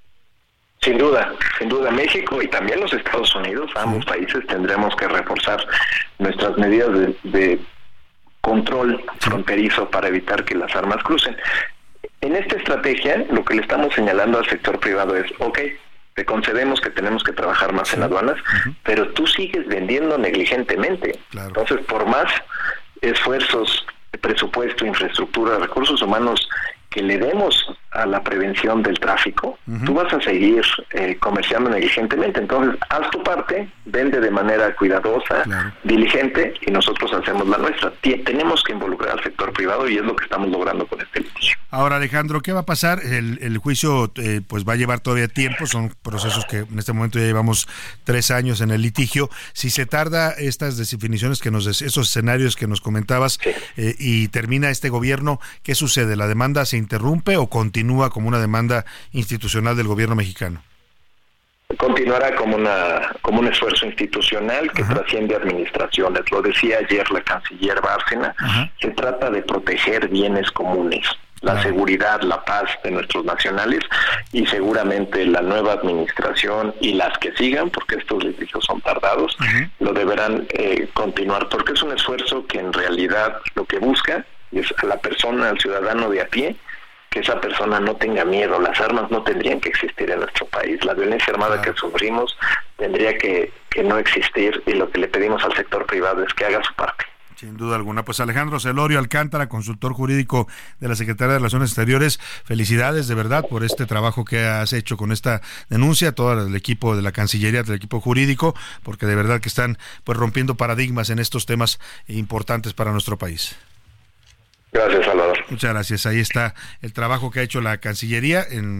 Sin duda, sin duda México y también los Estados Unidos, ambos sí. países tendremos que reforzar nuestras medidas de, de control sí. fronterizo para evitar que las armas crucen. En esta estrategia, lo que le estamos señalando al sector privado es, ok, te concedemos que tenemos que trabajar más sí. en aduanas, uh-huh. pero tú sigues vendiendo negligentemente. Claro. Entonces, por más esfuerzos de presupuesto, infraestructura, recursos humanos que le demos a la prevención del tráfico, uh-huh. tú vas a seguir eh, comerciando negligentemente. Entonces, haz tu parte, vende de manera cuidadosa, claro. diligente, y nosotros hacemos la nuestra. T- tenemos que involucrar al sector privado y es lo que estamos logrando con este litigio. Ahora, Alejandro, ¿qué va a pasar? El, el juicio eh, pues va a llevar todavía tiempo, son procesos que en este momento ya llevamos tres años en el litigio. Si se tarda estas definiciones, que nos esos escenarios que nos comentabas, sí. eh, y termina este gobierno, ¿qué sucede? ¿La demanda se interrumpe o continúa como una demanda institucional del gobierno mexicano? Continuará como una como un esfuerzo institucional que Ajá. trasciende administraciones. Lo decía ayer la canciller Bárcena, Ajá. se trata de proteger bienes comunes, la Ajá. seguridad, la paz de nuestros nacionales, y seguramente la nueva administración y las que sigan, porque estos litigios son tardados, Ajá. lo deberán eh, continuar, porque es un esfuerzo que en realidad lo que busca es a la persona, al ciudadano de a pie, que esa persona no tenga miedo. Las armas no tendrían que existir en nuestro país. La violencia armada claro. que sufrimos tendría que, que no existir, y lo que le pedimos al sector privado es que haga su parte. Sin duda alguna. Pues Alejandro Celorio Alcántara, consultor jurídico de la Secretaría de Relaciones Exteriores, felicidades de verdad por este trabajo que has hecho con esta denuncia, todo el equipo de la Cancillería, del equipo jurídico, porque de verdad que están pues rompiendo paradigmas en estos temas importantes para nuestro país. Gracias, Salvador. Muchas gracias. Ahí está el trabajo que ha hecho la Cancillería en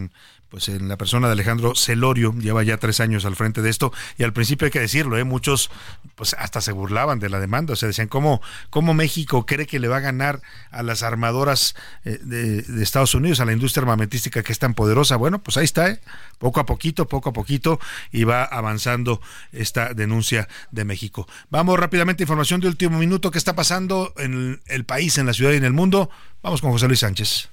pues en la persona de Alejandro Celorio, lleva ya tres años al frente de esto, y al principio hay que decirlo, ¿eh? muchos pues hasta se burlaban de la demanda, o sea, decían, ¿cómo, cómo México cree que le va a ganar a las armadoras eh, de, de Estados Unidos, a la industria armamentística que es tan poderosa? Bueno, pues ahí está, ¿eh? poco a poquito, poco a poquito, y va avanzando esta denuncia de México. Vamos rápidamente, información de último minuto, ¿qué está pasando en el país, en la ciudad y en el mundo? Vamos con José Luis Sánchez.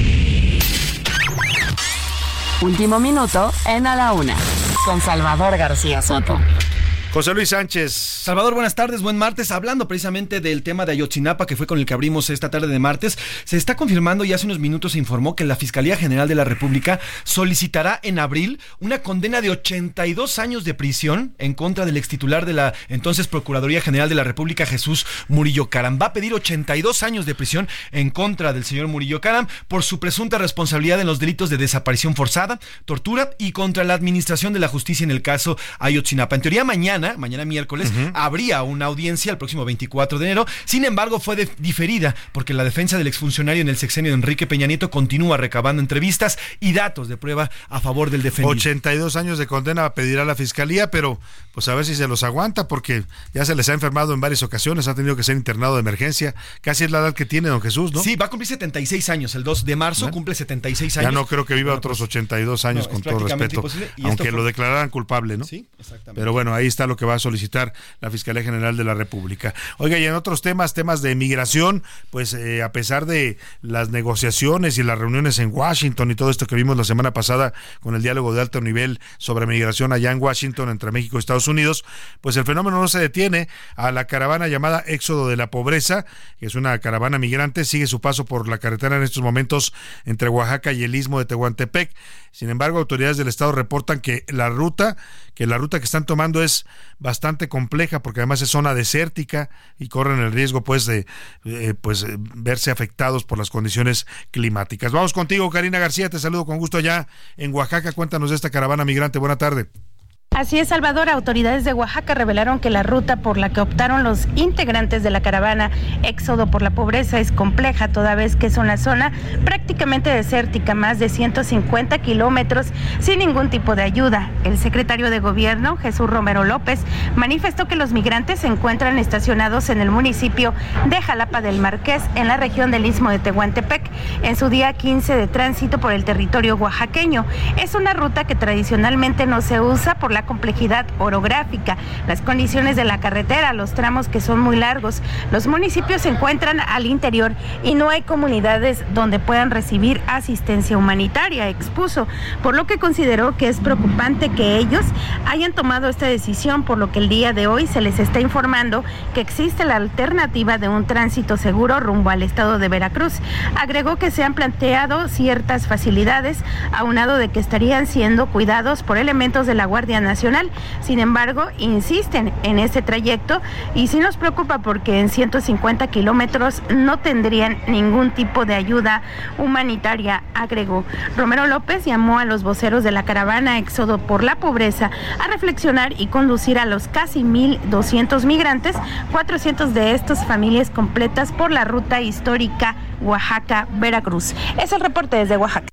Último minuto en A la Una, con Salvador García Soto. José Luis Sánchez. Salvador, buenas tardes, buen martes. Hablando precisamente del tema de Ayotzinapa, que fue con el que abrimos esta tarde de martes, se está confirmando y hace unos minutos se informó que la Fiscalía General de la República solicitará en abril una condena de ochenta y dos años de prisión en contra del extitular de la entonces Procuraduría General de la República, Jesús Murillo Caram. Va a pedir ochenta y dos años de prisión en contra del señor Murillo Caram por su presunta responsabilidad en los delitos de desaparición forzada, tortura y contra la administración de la justicia en el caso Ayotzinapa. En teoría, mañana Mañana miércoles, uh-huh. habría una audiencia el próximo veinticuatro de enero. Sin embargo, fue de- diferida porque la defensa del exfuncionario en el sexenio de Enrique Peña Nieto continúa recabando entrevistas y datos de prueba a favor del defendido. ochenta y dos años de condena pedirá la Fiscalía, pero pues a ver si se los aguanta, porque ya se les ha enfermado en varias ocasiones, ha tenido que ser internado de emergencia. Casi es la edad que tiene don Jesús, ¿no? Sí, va a cumplir setenta y seis años. El dos de marzo ¿Bueno? cumple setenta y seis años. Ya no creo que viva bueno, otros ochenta y dos años, no, con todo respeto, aunque fue... lo declararan culpable, ¿no? Sí, exactamente. Pero bueno, ahí está lo que va a solicitar la Fiscalía General de la República. Oiga, y en otros temas, temas de migración, pues eh, a pesar de las negociaciones y las reuniones en Washington y todo esto que vimos la semana pasada con el diálogo de alto nivel sobre migración allá en Washington entre México y Estados Unidos, pues el fenómeno no se detiene. A la caravana llamada Éxodo de la Pobreza, que es una caravana migrante, sigue su paso por la carretera en estos momentos entre Oaxaca y el Istmo de Tehuantepec. Sin embargo, autoridades del estado reportan que la ruta, que la ruta que están tomando es bastante compleja, porque además es zona desértica y corren el riesgo pues de eh, pues verse afectados por las condiciones climáticas. Vamos contigo, Karina García, te saludo con gusto allá en Oaxaca. Cuéntanos de esta caravana migrante. Buena tarde. Así es, Salvador. Autoridades de Oaxaca revelaron que la ruta por la que optaron los integrantes de la caravana Éxodo por la Pobreza es compleja, toda vez que es una zona prácticamente desértica, más de ciento cincuenta kilómetros sin ningún tipo de ayuda. El secretario de Gobierno, Jesús Romero López, manifestó que los migrantes se encuentran estacionados en el municipio de Jalapa del Marqués, en la región del Istmo de Tehuantepec, en su día quince de tránsito por el territorio oaxaqueño. Es una ruta que tradicionalmente no se usa por la complejidad orográfica, las condiciones de la carretera, los tramos que son muy largos. Los municipios se encuentran al interior y no hay comunidades donde puedan recibir asistencia humanitaria, expuso, por lo que consideró que es preocupante que ellos hayan tomado esta decisión, por lo que el día de hoy se les está informando que existe la alternativa de un tránsito seguro rumbo al estado de Veracruz. Agregó que se han planteado ciertas facilidades, aunado de que estarían siendo cuidados por elementos de la Guardia Nacional. Sin embargo, insisten en este trayecto y sí nos preocupa porque en ciento cincuenta kilómetros no tendrían ningún tipo de ayuda humanitaria, agregó. Romero López llamó a los voceros de la caravana Éxodo por la Pobreza a reflexionar y conducir a los casi mil doscientos migrantes, cuatrocientos de estos familias completas por la ruta histórica Oaxaca-Veracruz. Es el reporte desde Oaxaca.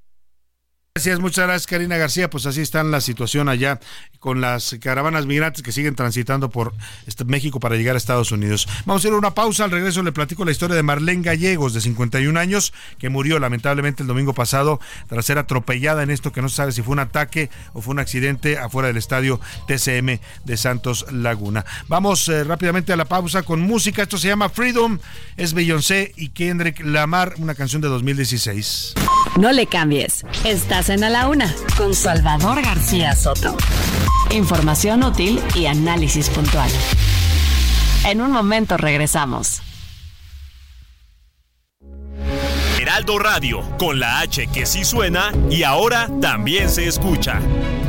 Gracias, muchas gracias, Karina García. Pues así está la situación allá con las caravanas migrantes que siguen transitando por este México para llegar a Estados Unidos. Vamos a ir a una pausa. Al regreso le platico la historia de Marlene Gallegos, de cincuenta y un años, que murió lamentablemente el domingo pasado tras ser atropellada en esto que no se sabe si fue un ataque o fue un accidente afuera del estadio T C M de Santos Laguna. Vamos eh, rápidamente a la pausa con música. Esto se llama Freedom. Es Beyoncé y Kendrick Lamar, una canción de dos mil dieciséis. No le cambies. Estás en A la Una con Salvador García Soto. Información útil y análisis puntual. En un momento regresamos. Heraldo Radio, con la H que sí suena y ahora también se escucha.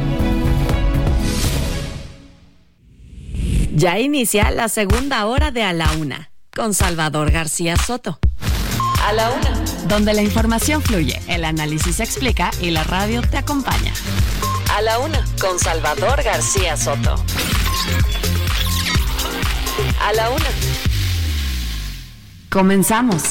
Ya inicia la segunda hora de A la Una con Salvador García Soto. A la Una, donde la información fluye, el análisis se explica y la radio te acompaña. A la Una con Salvador García Soto. A la Una. Comenzamos.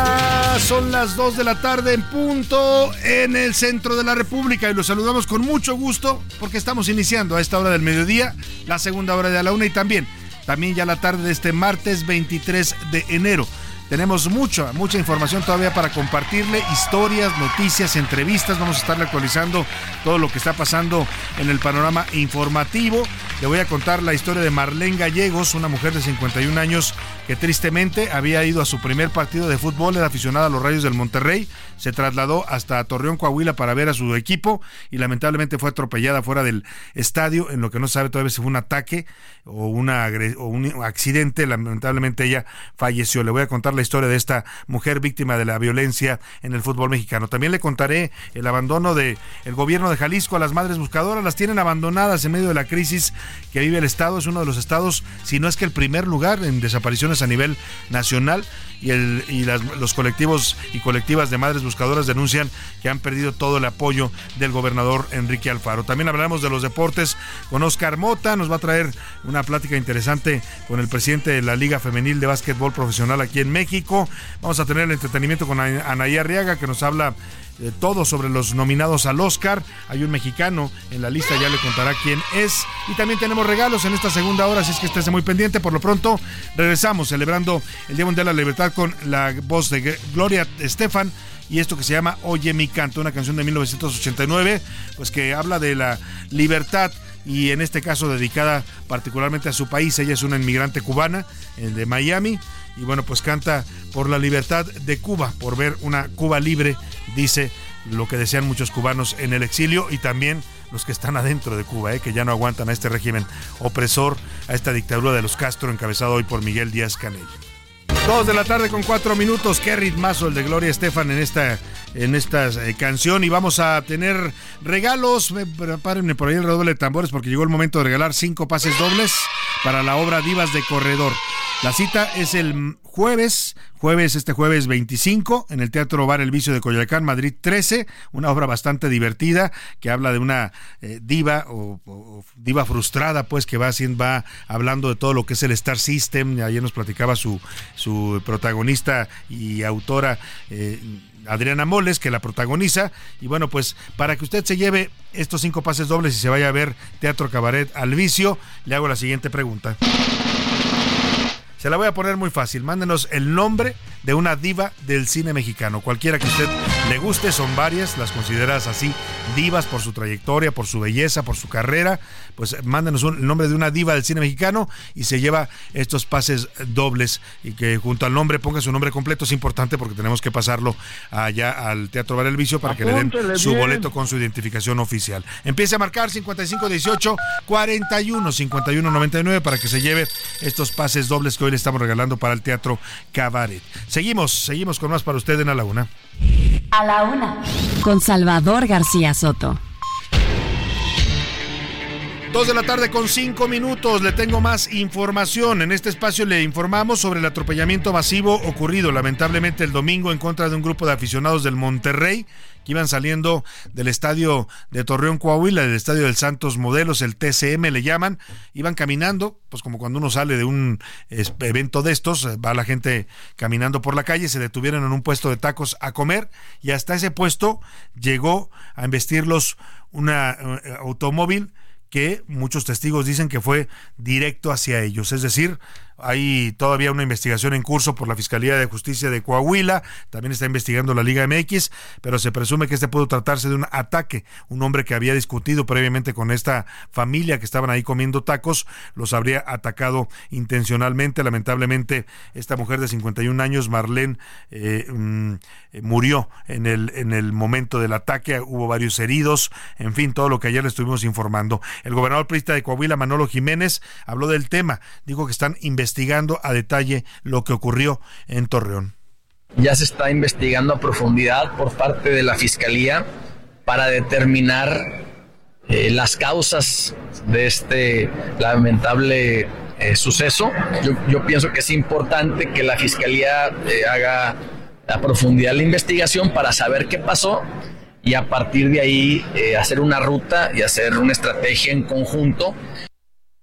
Ya son las dos de la tarde en punto en el centro de la República y los saludamos con mucho gusto porque estamos iniciando a esta hora del mediodía, la segunda hora de a la una y también, también ya la tarde de este martes veintitrés de enero. Tenemos mucha, mucha información todavía para compartirle, historias, noticias, entrevistas. Vamos a estarle actualizando todo lo que está pasando en el panorama informativo. Le voy a contar la historia de Marlene Gallegos, una mujer de cincuenta y un años que tristemente había ido a su primer partido de fútbol, era aficionada a los Rayos del Monterrey, se trasladó hasta Torreón, Coahuila para ver a su equipo y lamentablemente fue atropellada fuera del estadio, en lo que no se sabe todavía si fue un ataque o, una, o un accidente. Lamentablemente ella falleció. Le voy a contar la historia de esta mujer víctima de la violencia en el fútbol mexicano. También le contaré el abandono del gobierno de Jalisco a las madres buscadoras. Las tienen abandonadas en medio de la crisis que vive el estado. Es uno de los estados, si no es que el primer lugar en desapariciones a nivel nacional, y, el, y las, los colectivos y colectivas de madres buscadoras denuncian que han perdido todo el apoyo del gobernador Enrique Alfaro. También hablaremos de los deportes con Oscar Mota, nos va a traer una plática interesante con el presidente de la Liga Femenil de Básquetbol Profesional aquí en México. Vamos a tener el entretenimiento con Anaí Arriaga, que nos habla de todo sobre los nominados al Oscar. Hay un mexicano en la lista, ya le contará quién es. Y también tenemos regalos en esta segunda hora, así es que estés muy pendiente. Por lo pronto, regresamos celebrando el Día Mundial de la Libertad con la voz de Gloria Estefan y esto que se llama Oye mi canto, una canción de mil novecientos ochenta y nueve, pues que habla de la libertad y en este caso dedicada particularmente a su país. Ella es una inmigrante cubana de Miami y bueno, pues canta por la libertad de Cuba, por ver una Cuba libre, dice lo que desean muchos cubanos en el exilio y también los que están adentro de Cuba, eh, que ya no aguantan a este régimen opresor, a esta dictadura de los Castro, encabezado hoy por Miguel Díaz-Canel. Dos de la tarde con cuatro minutos, qué ritmazo el de Gloria Estefan en esta, en esta eh, canción, y vamos a tener regalos. Prepárenme por ahí el redoble de tambores porque llegó el momento de regalar cinco pases dobles para la obra Divas de Corredor. La cita es el jueves, jueves este jueves veinticinco en el Teatro Bar El Vicio de Coyoacán, Madrid trece, una obra bastante divertida que habla de una eh, diva o, o diva frustrada, pues que va, va hablando de todo lo que es el Star System. Ayer nos platicaba su, su protagonista y autora eh, Adriana Moles, que la protagoniza, y bueno, pues para que usted se lleve estos cinco pases dobles y se vaya a ver Teatro Cabaret Al Vicio, le hago la siguiente pregunta. Se la voy a poner muy fácil. Mándenos el nombre de una diva del cine mexicano. Cualquiera que a usted le guste, son varias, las consideras así divas por su trayectoria, por su belleza, por su carrera. Pues mándenos un, el nombre de una diva del cine mexicano y se lleva estos pases dobles. Y que junto al nombre ponga su nombre completo, es importante porque tenemos que pasarlo allá al Teatro Bar El Vicio para que Apúntele le den su bien. boleto con su identificación oficial. Empiece a marcar cincuenta y cinco dieciocho cuarenta y uno cincuenta y uno noventa y nueve para que se lleve estos pases dobles que hoy le estamos regalando para el Teatro Cabaret. Seguimos, seguimos con más para usted en A la Una. A la Una, con Salvador García Soto. Dos de la tarde con cinco minutos, le tengo más información. En este espacio le informamos sobre el atropellamiento masivo ocurrido lamentablemente el domingo en contra de un grupo de aficionados del Monterrey que iban saliendo del estadio de Torreón, Coahuila, del estadio del Santos Modelos, el T C M le llaman. Iban caminando, pues como cuando uno sale de un evento de estos, va la gente caminando por la calle, se detuvieron en un puesto de tacos a comer y hasta ese puesto llegó a embestirlos un uh, automóvil que muchos testigos dicen que fue directo hacia ellos. Es decir, hay todavía una investigación en curso por la Fiscalía de Justicia de Coahuila, también está investigando la Liga M X, pero se presume que este pudo tratarse de un ataque. Un hombre que había discutido previamente con esta familia que estaban ahí comiendo tacos, los habría atacado intencionalmente. Lamentablemente, esta mujer de cincuenta y un años, Marlene, eh, mm, murió en el, en el momento del ataque. Hubo varios heridos, en fin, todo lo que ayer le estuvimos informando. El gobernador priista de Coahuila, Manolo Jiménez, habló del tema, dijo que están investigando investigando a detalle lo que ocurrió en Torreón. Ya se está investigando a profundidad por parte de la Fiscalía para determinar eh, las causas de este lamentable eh, suceso. Yo, yo pienso que es importante que la Fiscalía eh, haga a profundidad la investigación para saber qué pasó y a partir de ahí eh, hacer una ruta y hacer una estrategia en conjunto.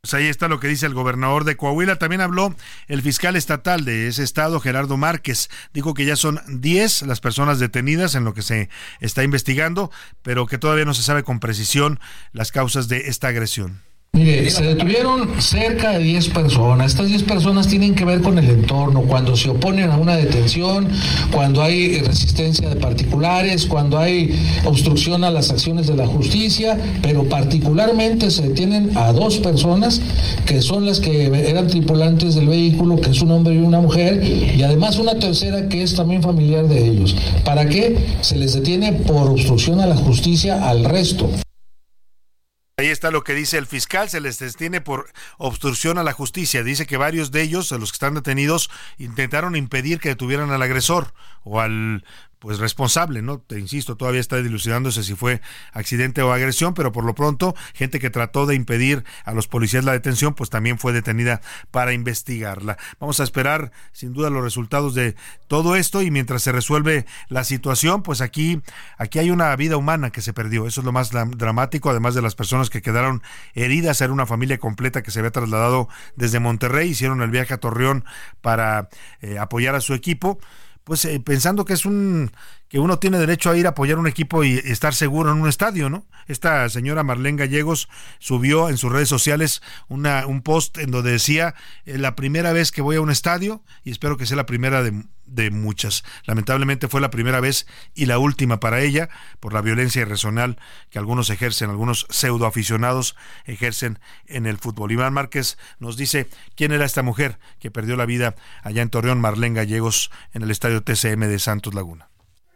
Pues ahí está lo que dice el gobernador de Coahuila. También habló el fiscal estatal de ese estado, Gerardo Márquez. Dijo que ya son diez las personas detenidas en lo que se está investigando, pero que todavía no se sabe con precisión las causas de esta agresión. Mire, se detuvieron cerca de diez personas. Estas diez personas tienen que ver con el entorno, cuando se oponen a una detención, cuando hay resistencia de particulares, cuando hay obstrucción a las acciones de la justicia, pero particularmente se detienen a dos personas que son las que eran tripulantes del vehículo, que es un hombre y una mujer, y además una tercera que es también familiar de ellos. ¿Para qué? Se les detiene por obstrucción a la justicia al resto. Ahí está lo que dice el fiscal, se les detiene por obstrucción a la justicia. Dice que varios de ellos, de los que están detenidos, intentaron impedir que detuvieran al agresor o al pues responsable, ¿no? Te insisto, todavía está dilucidándose si fue accidente o agresión, pero por lo pronto, gente que trató de impedir a los policías la detención, pues también fue detenida para investigarla. Vamos a esperar, sin duda, los resultados de todo esto, y mientras se resuelve la situación, pues aquí, aquí hay una vida humana que se perdió. Eso es lo más dramático, además de las personas que quedaron heridas. Era una familia completa que se había trasladado desde Monterrey, hicieron el viaje a Torreón para eh, apoyar a su equipo, pues eh, pensando que es un que uno tiene derecho a ir a apoyar un equipo y estar seguro en un estadio, ¿no? Esta señora Marlene Gallegos subió en sus redes sociales una un post en donde decía, eh, la primera vez que voy a un estadio, y espero que sea la primera de, de muchas. Lamentablemente fue la primera vez y la última para ella, por la violencia irracional que algunos ejercen, algunos pseudoaficionados ejercen en el fútbol. Iván Márquez nos dice quién era esta mujer que perdió la vida allá en Torreón, Marlene Gallegos, en el estadio T C M de Santos Laguna.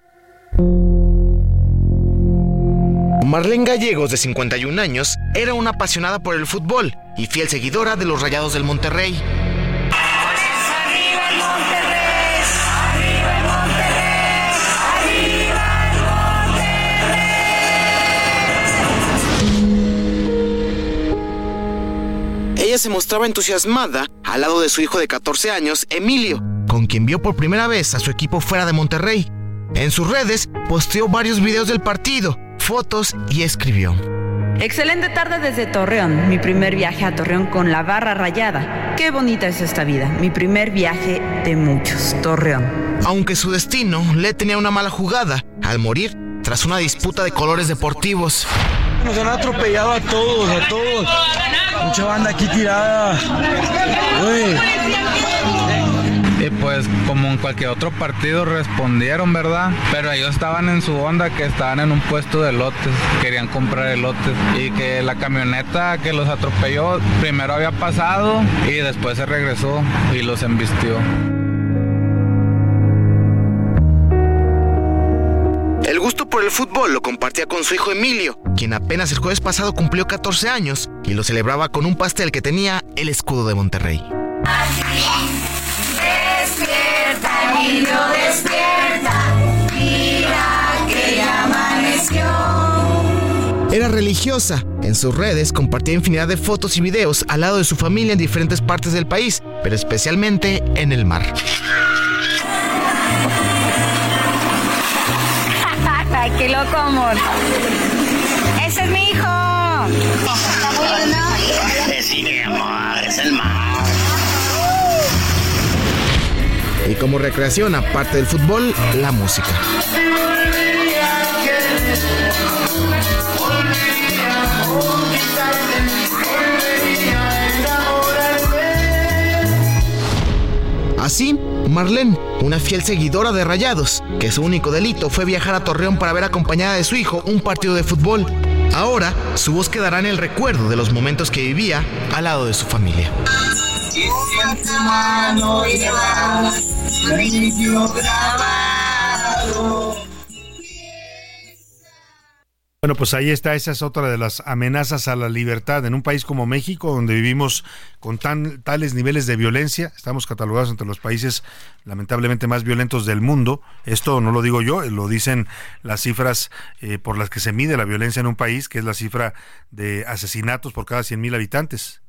Marlene Gallegos, de cincuenta y un años, era una apasionada por el fútbol y fiel seguidora de los Rayados del Monterrey. ¡Arriba el Monterrey! ¡Arriba el Monterrey! ¡Arriba el Monterrey! Ella se mostraba entusiasmada al lado de su hijo de catorce años, Emilio, con quien vio por primera vez a su equipo fuera de Monterrey. En sus redes posteó varios videos del partido, fotos y escribió: Excelente tarde desde Torreón, mi primer viaje a Torreón con la barra rayada. Qué bonita es esta vida, mi primer viaje de muchos, Torreón. Aunque su destino le tenía una mala jugada, al morir tras una disputa de colores deportivos. Nos han atropellado a todos, a todos. Mucha banda aquí tirada. Uy. Y pues como en cualquier otro partido respondieron, ¿verdad? Pero ellos estaban en su onda, que estaban en un puesto de elotes, querían comprar elotes, y que la camioneta que los atropelló primero había pasado y después se regresó y los embistió. El gusto por el fútbol lo compartía con su hijo Emilio, quien apenas el jueves pasado cumplió catorce años y lo celebraba con un pastel que tenía el escudo de Monterrey. Despierta, Emilio, despierta, mira que ya amaneció. Era religiosa. En sus redes compartía infinidad de fotos y videos al lado de su familia en diferentes partes del país, pero especialmente en el mar. ¡Qué loco, amor! ¡Ese es mi hijo! ¿Está bueno? Sí, mi amor, es el mar. Y como recreación, aparte del fútbol, la música. Así, Marlene, una fiel seguidora de Rayados, que su único delito fue viajar a Torreón para ver acompañada de su hijo un partido de fútbol. Ahora, su voz quedará en el recuerdo de los momentos que vivía al lado de su familia. Bueno, pues ahí está, esa es otra de las amenazas a la libertad en un país como México, donde vivimos con tan tales niveles de violencia. Estamos catalogados entre los países lamentablemente más violentos del mundo. Esto no lo digo yo, lo dicen las cifras eh, por las que se mide la violencia en un país, que es la cifra de asesinatos por cada cien mil habitantes.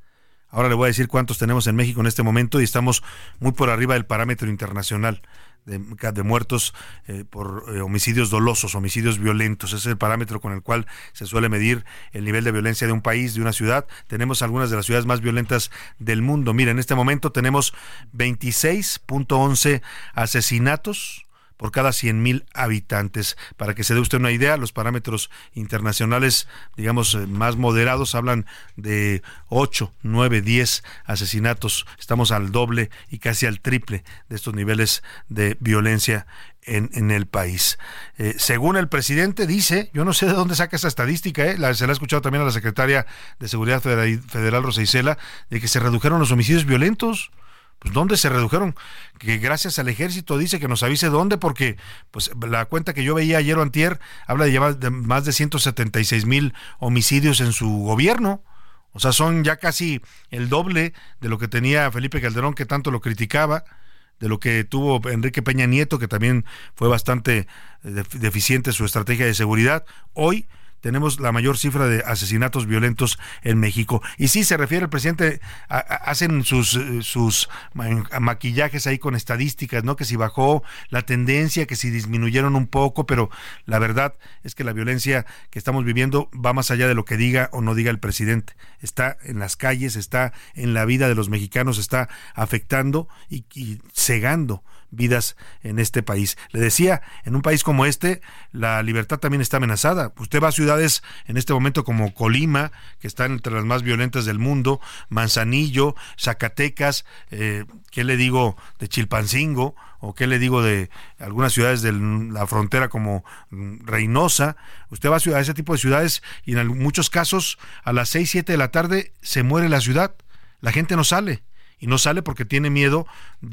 Ahora le voy a decir cuántos tenemos en México en este momento y estamos muy por arriba del parámetro internacional de, de muertos eh, por eh, homicidios dolosos, homicidios violentos. Ese es el parámetro con el cual se suele medir el nivel de violencia de un país, de una ciudad. Tenemos algunas de las ciudades más violentas del mundo. Mira, en este momento tenemos veintiséis punto once asesinatos por cada cien mil habitantes. Para que se dé usted una idea, los parámetros internacionales, digamos, más moderados, hablan de ocho, nueve, diez asesinatos. Estamos al doble y casi al triple de estos niveles de violencia en, en el país. Eh, según el presidente, dice, yo no sé de dónde saca esa estadística, eh, la, se la ha escuchado también a la secretaria de Seguridad Federal, Federal Rosa Isela, de que se redujeron los homicidios violentos. Pues ¿dónde se redujeron? Que gracias al ejército dice que nos avise dónde, porque pues la cuenta que yo veía ayer o antier habla de llevar de más de ciento setenta y seis mil homicidios en su gobierno. O sea, son ya casi el doble de lo que tenía Felipe Calderón, que tanto lo criticaba, de lo que tuvo Enrique Peña Nieto, que también fue bastante deficiente su estrategia de seguridad. Hoy tenemos la mayor cifra de asesinatos violentos en México. Y sí, se refiere el presidente, a, a, hacen sus, sus maquillajes ahí con estadísticas, ¿no? Que si bajó la tendencia, que si disminuyeron un poco, pero la verdad es que la violencia que estamos viviendo va más allá de lo que diga o no diga el presidente. Está en las calles, está en la vida de los mexicanos, está afectando y, y cegando vidas en este país. Le decía, en un país como este, la libertad también está amenazada. Usted va a ciudades en este momento como Colima, que están entre las más violentas del mundo, Manzanillo, Zacatecas, eh, ¿qué le digo de Chilpancingo? O qué le digo de algunas ciudades de la frontera como Reynosa. Usted va a, ciudad, a ese tipo de ciudades y en muchos casos a las seis, siete de la tarde se muere la ciudad. La gente no sale. Y no sale porque tiene miedo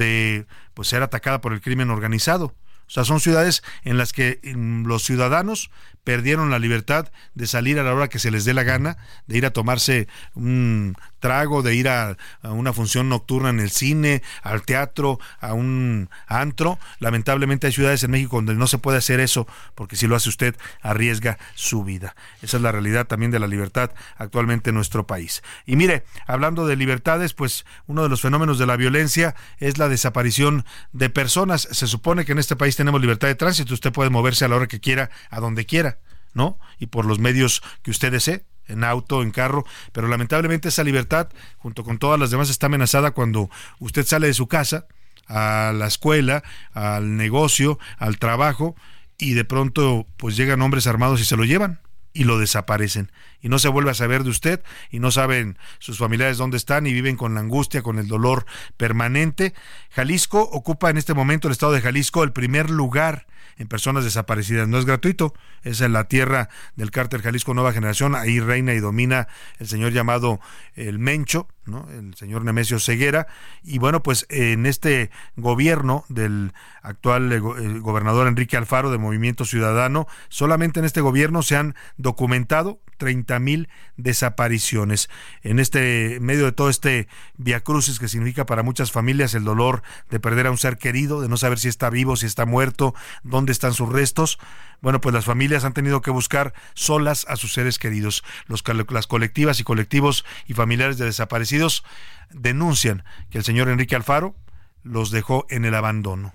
de pues ser atacada por el crimen organizado. O sea, son ciudades en las que los ciudadanos perdieron la libertad de salir a la hora que se les dé la gana, de ir a tomarse un trago, de ir a, a una función nocturna en el cine, al teatro, a un antro. Lamentablemente hay ciudades en México donde no se puede hacer eso, porque si lo hace usted arriesga su vida. Esa es la realidad también de la libertad actualmente en nuestro país. Y mire, hablando de libertades, pues uno de los fenómenos de la violencia es la desaparición de personas. Se supone que en este país tenemos libertad de tránsito, usted puede moverse a la hora que quiera, a donde quiera, ¿no? Y por los medios que usted desee, en auto, en carro, pero lamentablemente esa libertad, junto con todas las demás, está amenazada cuando usted sale de su casa, a la escuela, al negocio, al trabajo, y de pronto pues llegan hombres armados y se lo llevan, y lo desaparecen, y no se vuelve a saber de usted, y no saben sus familiares dónde están, y viven con la angustia, con el dolor permanente. Jalisco ocupa en este momento, el estado de Jalisco, el primer lugar en personas desaparecidas. No es gratuito, es en la tierra del cártel Jalisco Nueva Generación. Ahí reina y domina el señor llamado el Mencho, ¿no? El señor Nemesio Ceguera. Y bueno, pues en este gobierno del actual eh, gobernador Enrique Alfaro de Movimiento Ciudadano, solamente en este gobierno se han documentado treinta mil desapariciones. En este medio de todo este viacrucis que significa para muchas familias el dolor de perder a un ser querido, de no saber si está vivo, si está muerto, dónde están sus restos, bueno, pues las familias han tenido que buscar solas a sus seres queridos. Los, las colectivas y colectivos y familiares de desaparecidos denuncian que el señor Enrique Alfaro los dejó en el abandono.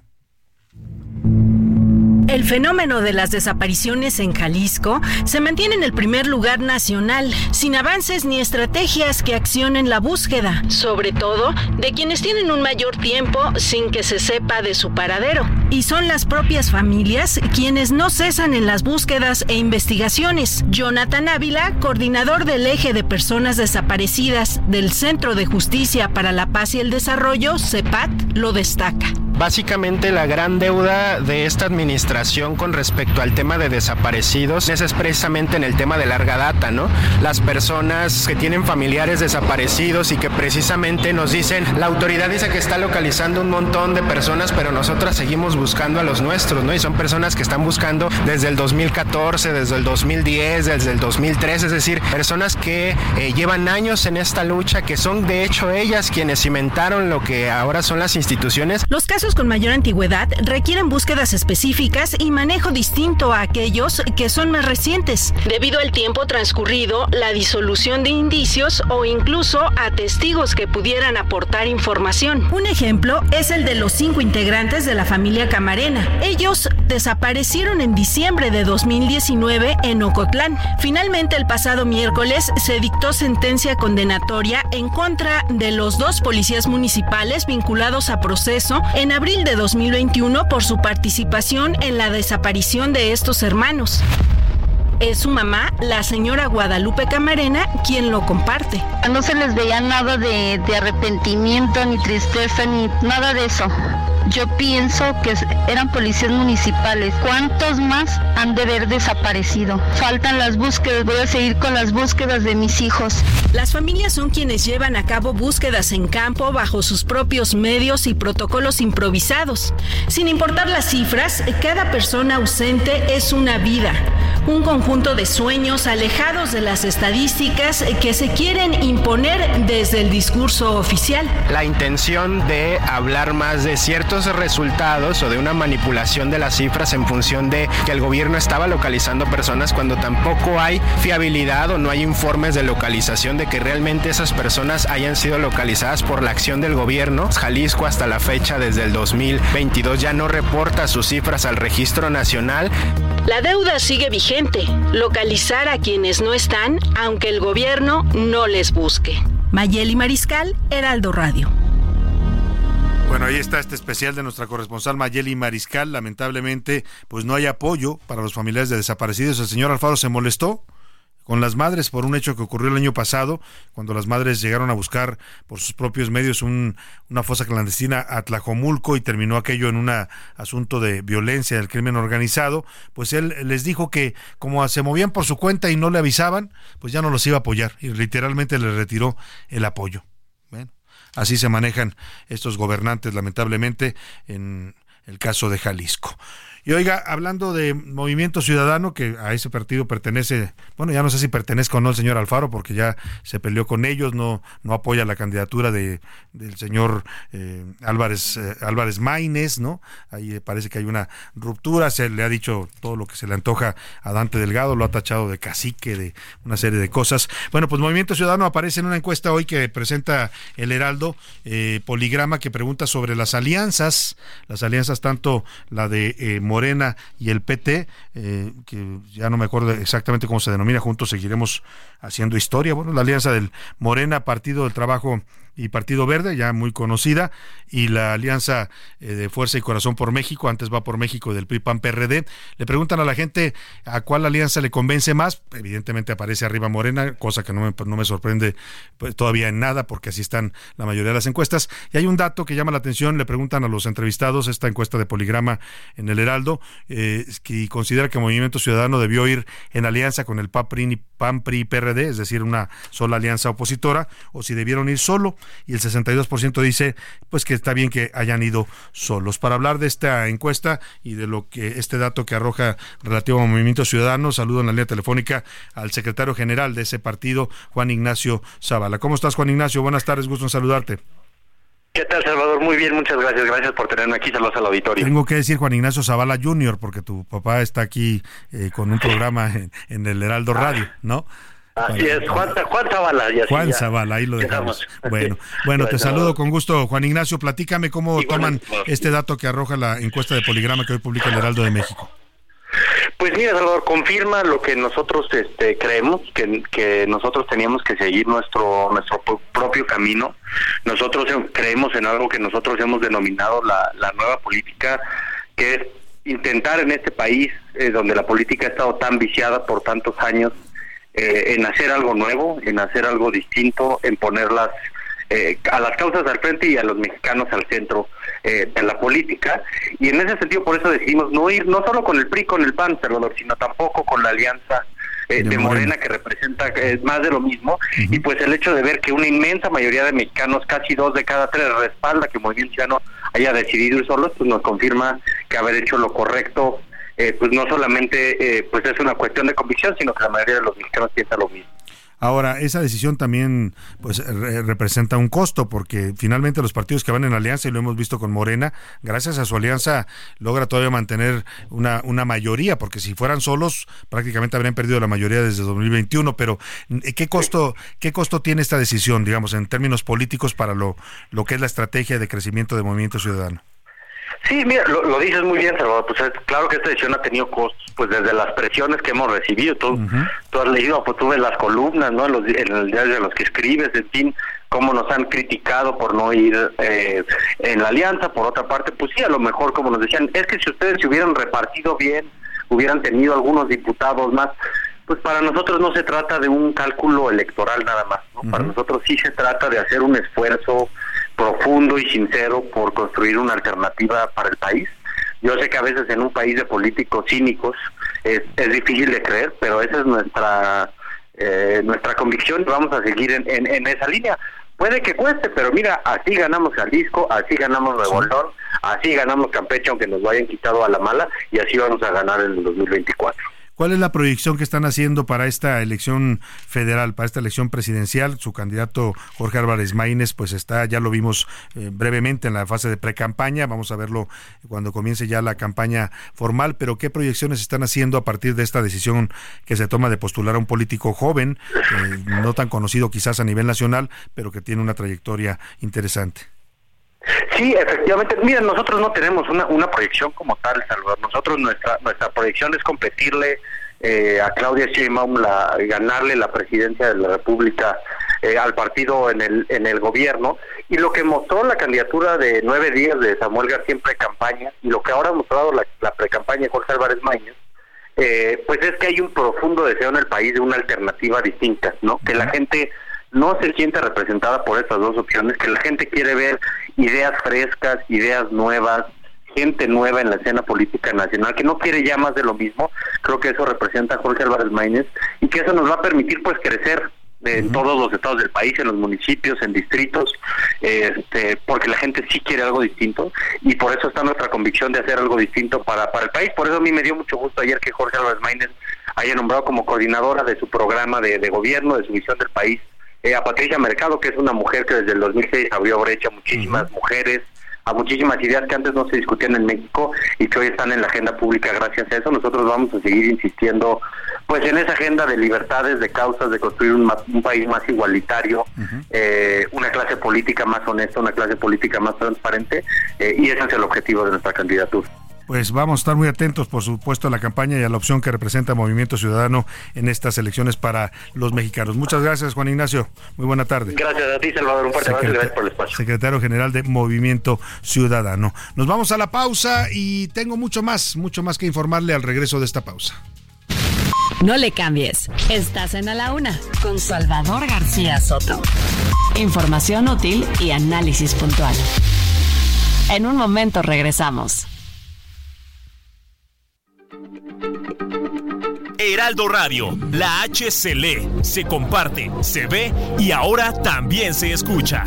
El fenómeno de las desapariciones en Jalisco se mantiene en el primer lugar nacional, sin avances ni estrategias que accionen la búsqueda, sobre todo de quienes tienen un mayor tiempo sin que se sepa de su paradero. Y son las propias familias quienes no cesan en las búsquedas e investigaciones. Jonathan Ávila, coordinador del eje de personas desaparecidas del Centro de Justicia para la Paz y el Desarrollo, CEPAT, lo destaca. Básicamente la gran deuda de esta administración con respecto al tema de desaparecidos es precisamente en el tema de larga data, ¿no? Las personas que tienen familiares desaparecidos y que precisamente nos dicen, la autoridad dice que está localizando un montón de personas, pero nosotras seguimos buscando a los nuestros, ¿no? Y son personas que están buscando desde el dos mil catorce, desde el dos mil diez, desde el dos mil trece, es decir, personas que eh, llevan años en esta lucha, que son de hecho ellas quienes cimentaron lo que ahora son las instituciones. Los casos casos con mayor antigüedad requieren búsquedas específicas y manejo distinto a aquellos que son más recientes, debido al tiempo transcurrido, la disolución de indicios o incluso a testigos que pudieran aportar información. Un ejemplo es el de los cinco integrantes de la familia Camarena. Ellos desaparecieron en diciembre de dos mil diecinueve en Ocotlán. Finalmente, el pasado miércoles se dictó sentencia condenatoria en contra de los dos policías municipales vinculados a proceso en abril de dos mil veintiuno por su participación en la desaparición de estos hermanos. Es su mamá, la señora Guadalupe Camarena, quien lo comparte. No se les veía nada de, de arrepentimiento, ni tristeza, ni nada de eso. Yo pienso que eran policías municipales. ¿Cuántos más han de haber desaparecido? Faltan las búsquedas, voy a seguir con las búsquedas de mis hijos. Las familias son quienes llevan a cabo búsquedas en campo bajo sus propios medios y protocolos improvisados. Sin importar las cifras, cada persona ausente es una vida, un conjunto de sueños alejados de las estadísticas que se quieren imponer desde el discurso oficial. La intención de hablar más de ciertos resultados o de una manipulación de las cifras en función de que el gobierno estaba localizando personas cuando tampoco hay fiabilidad o no hay informes de localización de que realmente esas personas hayan sido localizadas por la acción del gobierno. Jalisco hasta la fecha, desde el dos mil veintidós, ya no reporta sus cifras al Registro Nacional. La deuda sigue vigente, localizar a quienes no están, aunque el gobierno no les busque. Mayeli Mariscal, Heraldo Radio. Bueno, ahí está este especial de nuestra corresponsal Mayeli Mariscal. Lamentablemente, pues no hay apoyo para los familiares de desaparecidos. El señor Alfaro se molestó con las madres por un hecho que ocurrió el año pasado, cuando las madres llegaron a buscar por sus propios medios un, una fosa clandestina a Tlajomulco y terminó aquello en un asunto de violencia del crimen organizado. Pues él les dijo que como se movían por su cuenta y no le avisaban, pues ya no los iba a apoyar y literalmente le retiró el apoyo. Bueno, así se manejan estos gobernantes, lamentablemente, en el caso de Jalisco. Y oiga, hablando de Movimiento Ciudadano, que a ese partido pertenece, bueno, ya no sé si pertenezca o no el señor Alfaro, porque ya se peleó con ellos, no no apoya la candidatura de del señor eh, Álvarez eh, Álvarez Maínez, ¿no? Ahí parece que hay una ruptura, se le ha dicho todo lo que se le antoja a Dante Delgado, lo ha tachado de cacique, de una serie de cosas. Bueno, pues Movimiento Ciudadano aparece en una encuesta hoy que presenta el Heraldo, eh, Poligrama, que pregunta sobre las alianzas, las alianzas tanto la de eh, Morena y el P T, eh, que ya no me acuerdo exactamente cómo se denomina, juntos seguiremos haciendo historia. Bueno, la alianza del Morena, Partido del Trabajo y Partido Verde, ya muy conocida, y la alianza eh, de Fuerza y Corazón por México, antes va por México, del P R I P A N P R D. Le preguntan a la gente a cuál alianza le convence más. Evidentemente aparece arriba Morena, cosa que no me, no me sorprende pues, todavía en nada, porque así están la mayoría de las encuestas. Y hay un dato que llama la atención, le preguntan a los entrevistados, esta encuesta de Poligrama en el Heraldo, eh, que considera que Movimiento Ciudadano debió ir en alianza con el P A N P R I P R D, es decir, una sola alianza opositora, o si debieron ir solo, y el sesenta y dos por ciento dice pues que está bien que hayan ido solos. Para hablar de esta encuesta y de lo que este dato que arroja relativo a Movimiento Ciudadano, saludo en la línea telefónica al secretario general de ese partido, Juan Ignacio Zavala. ¿Cómo estás, Juan Ignacio? Buenas tardes, gusto en saludarte. ¿Qué tal, Salvador? Muy bien, muchas gracias. Gracias por tenerme aquí. Saludos al auditorio. Tengo que decir Juan Ignacio Zavala junior, porque tu papá está aquí eh, con un programa en, en el Heraldo Radio, ¿no? Así es, Juan, Juan Zavala. Y así Juan ya Zavala, ahí lo dejamos. Dejamos. Bueno, bueno, te saludo con gusto, Juan Ignacio. Platícame cómo Igual, toman bueno. este dato que arroja la encuesta de Poligrama que hoy publica el Heraldo de México. Pues mira, Salvador, confirma lo que nosotros este, creemos, que, que nosotros teníamos que seguir nuestro nuestro propio camino. Nosotros creemos en algo que nosotros hemos denominado la, la nueva política, que es intentar en este país, eh, donde la política ha estado tan viciada por tantos años, eh, en hacer algo nuevo, en hacer algo distinto, en ponerlas eh, a las causas al frente y a los mexicanos al centro eh, de la política. Y en ese sentido, por eso decidimos no ir no solo con el P R I, con el P A N, Salvador, sino tampoco con la alianza eh, de, de Morena, Morena, que representa eh, más de lo mismo. Uh-huh. Y pues el hecho de ver que una inmensa mayoría de mexicanos, casi dos de cada tres, respalda que Movimiento Ciudadano haya decidido ir solos, pues nos confirma que haber hecho lo correcto, eh, pues no solamente eh, pues es una cuestión de convicción, sino que la mayoría de los mexicanos piensa lo mismo. Ahora, esa decisión también pues re- representa un costo, porque finalmente los partidos que van en alianza, y lo hemos visto con Morena, gracias a su alianza logra todavía mantener una, una mayoría, porque si fueran solos prácticamente habrían perdido la mayoría desde dos mil veintiuno, pero ¿qué costo, qué costo tiene esta decisión, digamos, en términos políticos para lo, lo que es la estrategia de crecimiento de Movimiento Ciudadano? Sí, mira, lo, lo dices muy bien, Salvador. Pues es claro que esta decisión ha tenido costos, pues desde las presiones que hemos recibido. Tú, uh-huh. tú has leído, pues tú ves las columnas, ¿no? En, los, en el diario de los que escribes, en fin, cómo nos han criticado por no ir eh, en la alianza. Por otra parte, pues sí, a lo mejor, como nos decían, es que si ustedes se hubieran repartido bien, hubieran tenido algunos diputados más. Pues para nosotros no se trata de un cálculo electoral nada más, ¿no? Uh-huh. Para nosotros sí se trata de hacer un esfuerzo profundo y sincero por construir una alternativa para el país. Yo sé que a veces en un país de políticos cínicos es, es difícil de creer, pero esa es nuestra eh, nuestra convicción y vamos a seguir en, en, en esa línea. Puede que cueste, pero mira, así ganamos Jalisco, así ganamos Nuevo León, así ganamos Campeche, aunque nos lo hayan quitado a la mala, y así vamos a ganar en el dos mil veinticuatro. ¿Cuál es la proyección que están haciendo para esta elección federal, para esta elección presidencial? Su candidato Jorge Álvarez Maínez, pues está, ya lo vimos eh, brevemente en la fase de precampaña, vamos a verlo cuando comience ya la campaña formal, pero ¿qué proyecciones están haciendo a partir de esta decisión que se toma de postular a un político joven, eh, no tan conocido quizás a nivel nacional, pero que tiene una trayectoria interesante? Sí, efectivamente. Mira, nosotros no tenemos una, una proyección como tal, Salvador. Nosotros, nuestra nuestra proyección es competirle eh, a Claudia Sheinbaum, la, ganarle la presidencia de la República eh, al partido en el en el gobierno. Y lo que mostró la candidatura de nueve días de Samuel García en precampaña, y lo que ahora ha mostrado la, la precampaña de Jorge Álvarez Maínez, eh, pues es que hay un profundo deseo en el país de una alternativa distinta, ¿no? Que la gente no se siente representada por estas dos opciones, que la gente quiere ver ideas frescas, ideas nuevas, gente nueva en la escena política nacional, que no quiere ya más de lo mismo. Creo que eso representa a Jorge Álvarez Maínez y que eso nos va a permitir pues crecer en uh-huh. todos los estados del país, en los municipios, en distritos, este, porque la gente sí quiere algo distinto y por eso está nuestra convicción de hacer algo distinto para, para el país. Por eso a mí me dio mucho gusto ayer que Jorge Álvarez Maínez haya nombrado como coordinadora de su programa de, de gobierno, de su visión del país, Eh, a Patricia Mercado, que es una mujer que desde el dos mil seis abrió brecha a muchísimas uh-huh. mujeres, a muchísimas ideas que antes no se discutían en México y que hoy están en la agenda pública gracias a eso. Nosotros vamos a seguir insistiendo pues en esa agenda de libertades, de causas, de construir un, un país más igualitario, uh-huh. eh, una clase política más honesta, una clase política más transparente, eh, y ese es el objetivo de nuestra candidatura. Pues vamos a estar muy atentos, por supuesto, a la campaña y a la opción que representa Movimiento Ciudadano en estas elecciones para los mexicanos. Muchas gracias, Juan Ignacio. Muy buena tarde. Gracias a ti, Salvador. Un fuerte abrazo y gracias por el espacio. Secretario General de Movimiento Ciudadano. Nos vamos a la pausa y tengo mucho más, mucho más que informarle al regreso de esta pausa. No le cambies. Estás en A la Una con Salvador García Soto. Información útil y análisis puntual. En un momento regresamos. Heraldo Radio, la H se lee, se comparte, se ve y ahora también se escucha.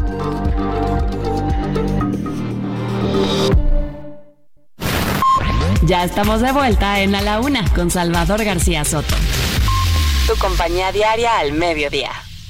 Ya estamos de vuelta en A la Una con Salvador García Soto. Tu compañía diaria al mediodía.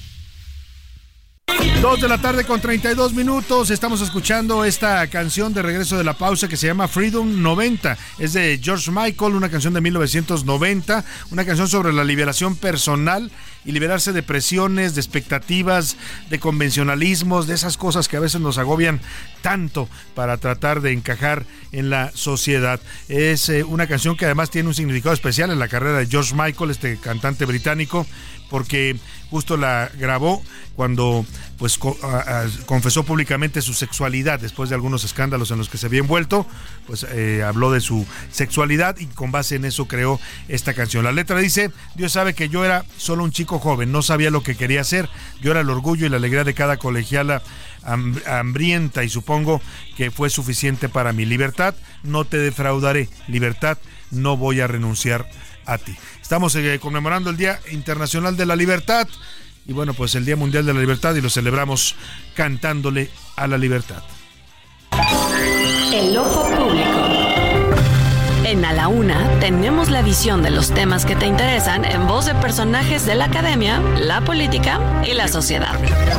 Dos de la tarde con treinta y dos minutos. Estamos escuchando esta canción de regreso de la pausa que se llama Freedom noventa. Es de George Michael, una canción de mil novecientos noventa, una canción sobre la liberación personal y liberarse de presiones, de expectativas, de convencionalismos, de esas cosas que a veces nos agobian tanto para tratar de encajar en la sociedad. Es eh, una canción que además tiene un significado especial en la carrera de George Michael, este cantante británico, porque justo la grabó cuando pues co- a, a, confesó públicamente su sexualidad después de algunos escándalos en los que se había envuelto. Pues eh, habló de su sexualidad y con base en eso creó esta canción. La letra dice: Dios sabe que yo era solo un chico joven, no sabía lo que quería hacer, yo era el orgullo y la alegría de cada colegiala hambrienta y supongo que fue suficiente para mi libertad. No te defraudaré, libertad, no voy a renunciar a ti. Estamos eh, conmemorando el Día Internacional de la Libertad y bueno, pues el Día Mundial de la Libertad, y lo celebramos cantándole a la libertad. El ojo público. En A la Una tenemos la visión de los temas que te interesan en voz de personajes de la academia, la política y la sociedad.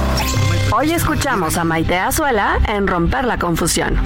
Hoy escuchamos a Maite Azuela en Romper la Confusión.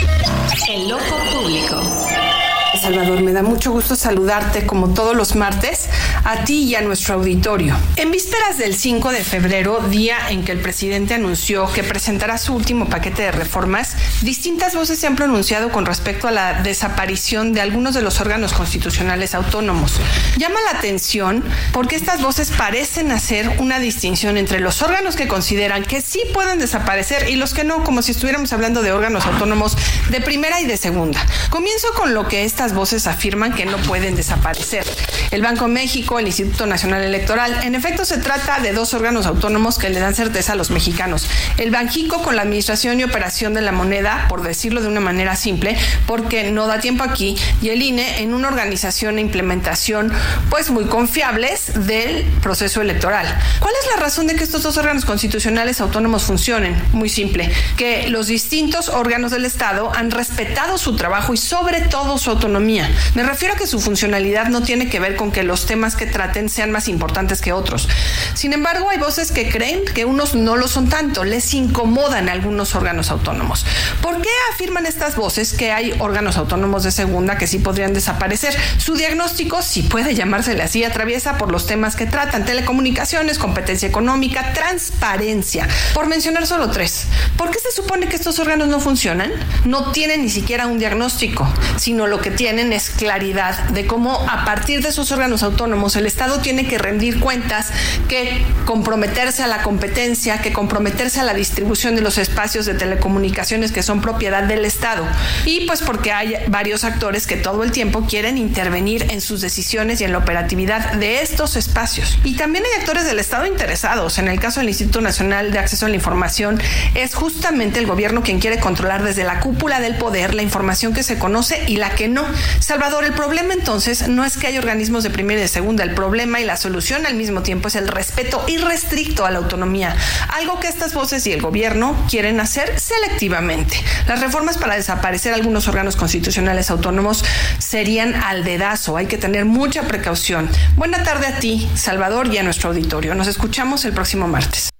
El ojo público. Salvador, me da mucho gusto saludarte como todos los martes, a ti y a nuestro auditorio. En vísperas del cinco de febrero, día en que el presidente anunció que presentará su último paquete de reformas, distintas voces se han pronunciado con respecto a la desaparición de algunos de los órganos constitucionales autónomos. Llama la atención porque estas voces parecen hacer una distinción entre los órganos que consideran que sí pueden desaparecer y los que no, como si estuviéramos hablando de órganos autónomos de primera y de segunda. Comienzo con lo que estas voces afirman que no pueden desaparecer. El Banco de México, el Instituto Nacional Electoral. En efecto, se trata de dos órganos autónomos que le dan certeza a los mexicanos. El Banjico con la administración y operación de la moneda, por decirlo de una manera simple, porque no da tiempo aquí, y el I N E en una organización e implementación pues muy confiables del proceso electoral. ¿Cuál es la razón de que estos dos órganos constitucionales autónomos funcionen? Muy simple, que los distintos órganos del Estado han respetado su trabajo y sobre todo su autonomía. Me refiero a que su funcionalidad no tiene que ver con que los temas que traten sean más importantes que otros. Sin embargo, hay voces que creen que unos no lo son tanto, les incomodan algunos órganos autónomos. ¿Por qué afirman estas voces que hay órganos autónomos de segunda que sí podrían desaparecer? Su diagnóstico, si puede llamársele así, atraviesa por los temas que tratan: telecomunicaciones, competencia económica, transparencia, por mencionar solo tres. ¿Por qué se supone que estos órganos no funcionan? No tienen ni siquiera un diagnóstico, sino lo que tienen es claridad de cómo a partir de esos órganos autónomos el Estado tiene que rendir cuentas, que comprometerse a la competencia, que comprometerse a la distribución de los espacios de telecomunicaciones que son propiedad del Estado. Y pues porque hay varios actores que todo el tiempo quieren intervenir en sus decisiones y en la operatividad de estos espacios. Y también hay actores del Estado interesados. En el caso del Instituto Nacional de Acceso a la Información, es justamente el gobierno quien quiere controlar desde la cúpula del poder la información que se conoce y la que no. Salvador, el problema entonces no es que hay organismos de primera y de segunda. El problema y la solución al mismo tiempo es el respeto irrestricto a la autonomía, algo que estas voces y el gobierno quieren hacer selectivamente. Las reformas para desaparecer algunos órganos constitucionales autónomos serían al dedazo. Hay que tener mucha precaución. Buena tarde a ti, Salvador, y a nuestro auditorio. Nos escuchamos el próximo martes.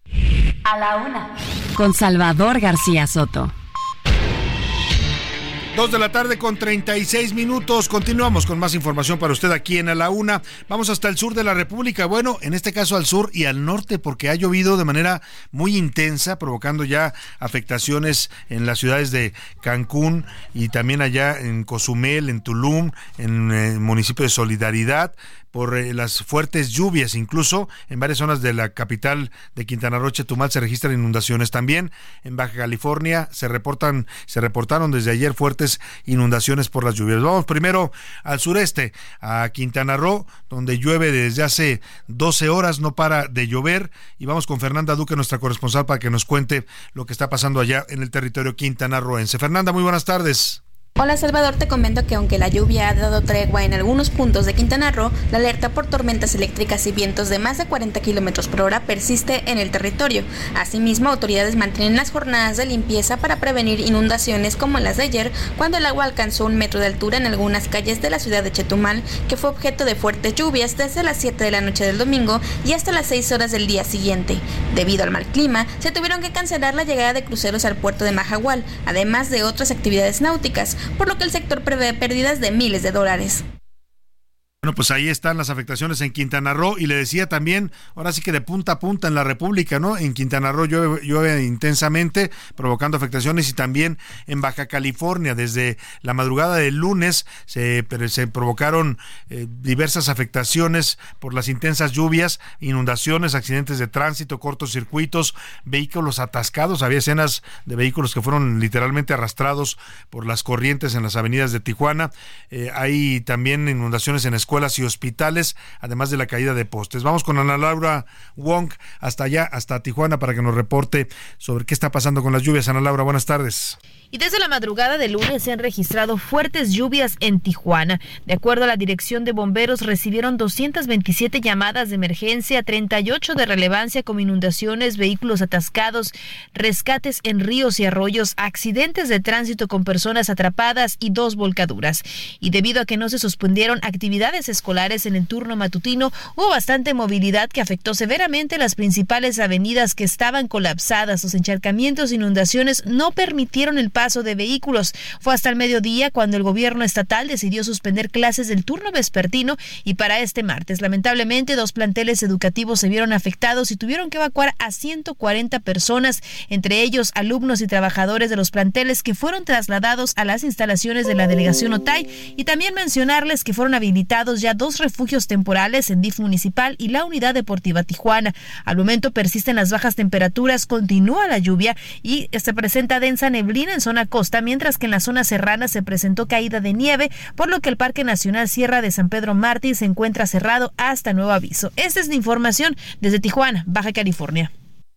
A la Una, con Salvador García Soto. Dos de la tarde con treinta y seis minutos. Continuamos con más información para usted aquí en A la Una. Vamos hasta el sur de la República. Bueno, en este caso al sur y al norte, porque ha llovido de manera muy intensa, provocando ya afectaciones en las ciudades de Cancún y también allá en Cozumel, en Tulum, en el municipio de Solidaridad, por eh, las fuertes lluvias. Incluso en varias zonas de la capital de Quintana Roo, Chetumal, se registran inundaciones. También en Baja California se reportan, se reportaron desde ayer fuertes inundaciones por las lluvias. Vamos primero al sureste, a Quintana Roo, donde llueve desde hace doce horas, no para de llover, y vamos con Fernanda Duque, nuestra corresponsal, para que nos cuente lo que está pasando allá en el territorio quintanarroense. Fernanda, muy buenas tardes. Hola Salvador, te comento que aunque la lluvia ha dado tregua en algunos puntos de Quintana Roo, la alerta por tormentas eléctricas y vientos de más de cuarenta kilómetros por hora persiste en el territorio. Asimismo, autoridades mantienen las jornadas de limpieza para prevenir inundaciones como las de ayer, cuando el agua alcanzó un metro de altura en algunas calles de la ciudad de Chetumal, que fue objeto de fuertes lluvias desde las siete de la noche del domingo y hasta las seis horas del día siguiente. Debido al mal clima, se tuvieron que cancelar la llegada de cruceros al puerto de Majahual, además de otras actividades náuticas, por lo que el sector prevé pérdidas de miles de dólares. Bueno, pues ahí están las afectaciones en Quintana Roo, y le decía también, ahora sí que de punta a punta en la República, ¿no? En Quintana Roo llueve, llueve intensamente, provocando afectaciones, y también en Baja California. Desde la madrugada del lunes se, se provocaron eh, diversas afectaciones por las intensas lluvias, inundaciones, accidentes de tránsito, cortocircuitos, vehículos atascados. Había escenas de vehículos que fueron literalmente arrastrados por las corrientes en las avenidas de Tijuana. Eh, hay también inundaciones en escuelas escuelas y hospitales, además de la caída de postes. Vamos con Ana Laura Wong hasta allá, hasta Tijuana, para que nos reporte sobre qué está pasando con las lluvias. Ana Laura, buenas tardes. Y desde la madrugada de lunes se han registrado fuertes lluvias en Tijuana. De acuerdo a la Dirección de Bomberos, recibieron doscientas veintisiete llamadas de emergencia, treinta y ocho de relevancia como inundaciones, vehículos atascados, rescates en ríos y arroyos, accidentes de tránsito con personas atrapadas y dos volcaduras. Y debido a que no se suspendieron actividades escolares en el turno matutino, hubo bastante movilidad que afectó severamente las principales avenidas que estaban colapsadas. Los encharcamientos e inundaciones no permitieron el paso de vehículos. Fue hasta el mediodía cuando el gobierno estatal decidió suspender clases del turno vespertino y para este martes, lamentablemente, dos planteles educativos se vieron afectados y tuvieron que evacuar a ciento cuarenta personas, entre ellos alumnos y trabajadores de los planteles que fueron trasladados a las instalaciones de la delegación Otay, y también mencionarles que fueron habilitados ya dos refugios temporales en D I F municipal y la Unidad Deportiva Tijuana. Al momento persisten las bajas temperaturas, continúa la lluvia y se presenta densa neblina en zona costa, mientras que en la zona serrana se presentó caída de nieve, por lo que el Parque Nacional Sierra de San Pedro Mártir se encuentra cerrado hasta nuevo aviso. Esta es la información desde Tijuana, Baja California.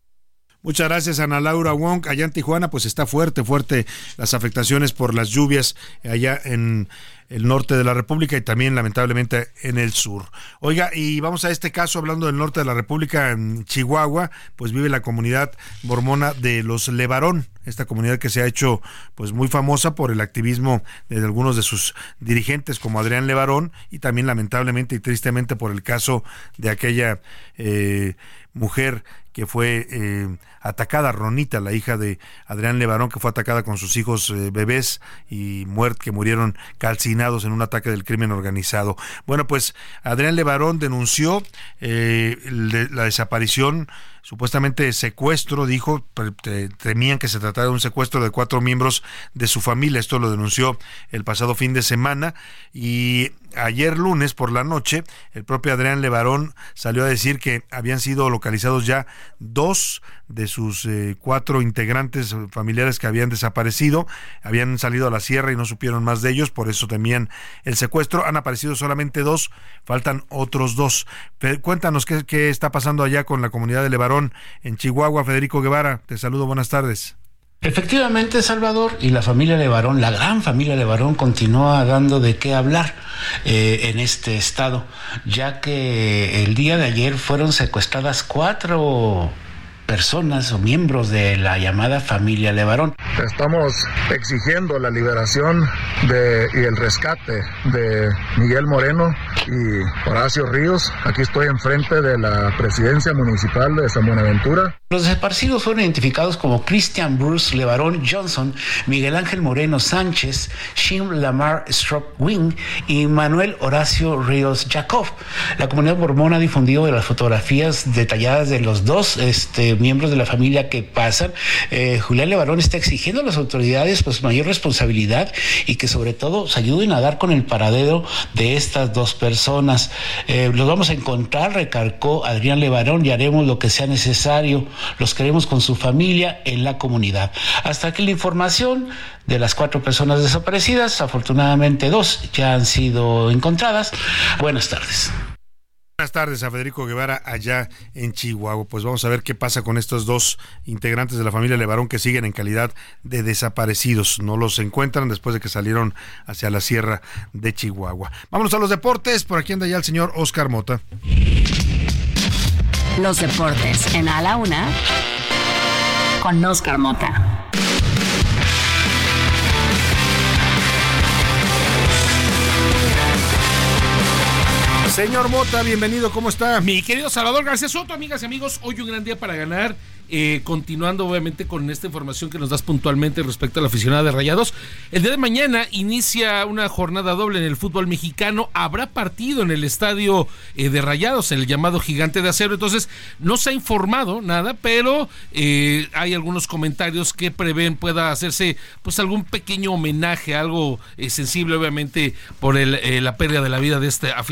Muchas gracias, Ana Laura Wong. Allá en Tijuana, pues está fuerte, fuerte las afectaciones por las lluvias allá en el norte de la República y también, lamentablemente, en el sur. Oiga, y vamos a este caso, hablando del norte de la República, en Chihuahua, pues vive la comunidad mormona de los Levarón, esta comunidad que se ha hecho pues muy famosa por el activismo de algunos de sus dirigentes, como Adrián Levarón, y también, lamentablemente y tristemente, por el caso de aquella eh, mujer que fue eh, atacada, Ronita, la hija de Adrián Levarón, que fue atacada con sus hijos eh, bebés y muert, que murieron calcinados en un ataque del crimen organizado. Bueno, pues Adrián Levarón denunció eh, la desaparición, supuestamente secuestro, dijo, temían que se tratara de un secuestro de cuatro miembros de su familia. Esto lo denunció el pasado fin de semana, y ayer lunes por la noche el propio Adrián Levarón salió a decir que habían sido localizados ya dos de sus eh, cuatro integrantes familiares que habían desaparecido, habían salido a la sierra y no supieron más de ellos, por eso temían el secuestro. Han aparecido solamente dos, faltan otros dos. Pero cuéntanos qué, qué está pasando allá con la comunidad de Levarón en Chihuahua. Federico Guevara, te saludo, buenas tardes. Efectivamente, Salvador, y la familia Levarón, la gran familia Levarón, continúa dando de qué hablar eh, en este estado, ya que el día de ayer fueron secuestradas cuatro personas o miembros de la llamada familia Levarón. Estamos exigiendo la liberación de, y el rescate de Miguel Moreno y Horacio Ríos. Aquí estoy enfrente de la presidencia municipal de San Buenaventura. Los desaparecidos fueron identificados como Christian Bruce Levarón Johnson, Miguel Ángel Moreno Sánchez, Shim Lamar Strop Wing y Manuel Horacio Ríos Jacob. La comunidad mormona ha difundido las fotografías detalladas de los dos este, miembros de la familia que pasan. Eh, Julián Levarón está exigiendo a las autoridades pues mayor responsabilidad y que sobre todo se ayuden a dar con el paradero de estas dos personas. Eh, los vamos a encontrar, recalcó Adrián Levarón, y haremos lo que sea necesario. Los queremos con su familia en la comunidad. Hasta aquí la información de las cuatro personas desaparecidas. Afortunadamente dos ya han sido encontradas. Buenas tardes. Buenas tardes a Federico Guevara allá en Chihuahua. Pues vamos a ver qué pasa con estos dos integrantes de la familia Levarón que siguen en calidad de desaparecidos. No los encuentran después de que salieron hacia la sierra de Chihuahua. Vámonos a los deportes. Por aquí anda ya el señor Oscar Mota. Los deportes en A la Una con Oscar Mota. Señor Mota, bienvenido, ¿cómo está? Mi querido Salvador García Soto, amigas y amigos, hoy un gran día para ganar. Eh, continuando obviamente con esta información que nos das puntualmente respecto a la aficionada de Rayados, el día de mañana inicia una jornada doble en el fútbol mexicano. Habrá partido en el estadio eh, de Rayados, el llamado Gigante de Acero. Entonces no se ha informado nada, pero eh, hay algunos comentarios que prevén pueda hacerse pues algún pequeño homenaje, algo eh, sensible obviamente por el, eh, la pérdida de la vida de este aficionado de Rayados.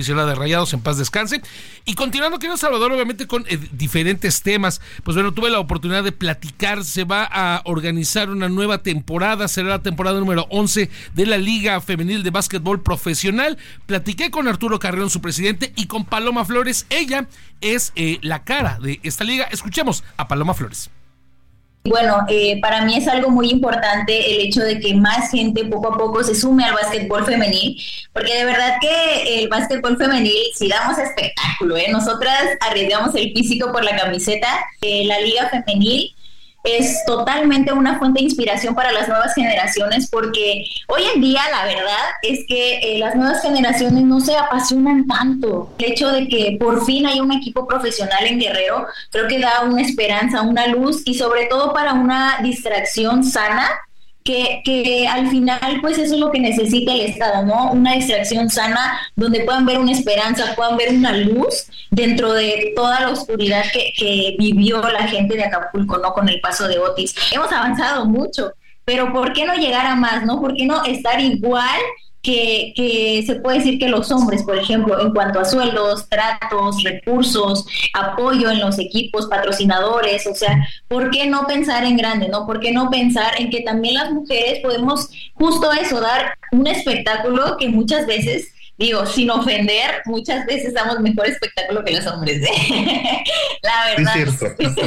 Rayados, en paz descanse. Y continuando, querido Salvador, obviamente con eh, diferentes temas, pues bueno, tuve la oportunidad de platicar, se va a organizar una nueva temporada, será la temporada número once de la Liga Femenil de Básquetbol Profesional. Platiqué con Arturo Carreón, su presidente, y con Paloma Flores, ella es eh, la cara de esta liga. Escuchemos a Paloma Flores. Bueno, eh, para mí es algo muy importante el hecho de que más gente poco a poco se sume al básquetbol femenil, porque de verdad que el básquetbol femenil sí damos espectáculo, ¿eh? Nosotras arriesgamos el físico por la camiseta. Eh, la liga femenil es totalmente una fuente de inspiración para las nuevas generaciones, porque hoy en día la verdad es que eh, las nuevas generaciones no se apasionan tanto. El hecho de que por fin haya un equipo profesional en Guerrero creo que da una esperanza, una luz, y sobre todo para una distracción sana, que, que al final pues eso es lo que necesita el Estado, ¿no? Una distracción sana donde puedan ver una esperanza, puedan ver una luz dentro de toda la oscuridad que, que vivió la gente de Acapulco, ¿no? Con el paso de Otis. Hemos avanzado mucho, pero ¿por qué no llegar a más, no? ¿Por qué no estar igual que, que se puede decir que los hombres, por ejemplo, en cuanto a sueldos, tratos, recursos, apoyo en los equipos, patrocinadores? O sea, ¿por qué no pensar en grande, no? ¿Por qué no pensar en que también las mujeres podemos justo eso, dar un espectáculo que muchas veces, digo, sin ofender, muchas veces damos mejor espectáculo que los hombres, ¿eh? La verdad. Es cierto.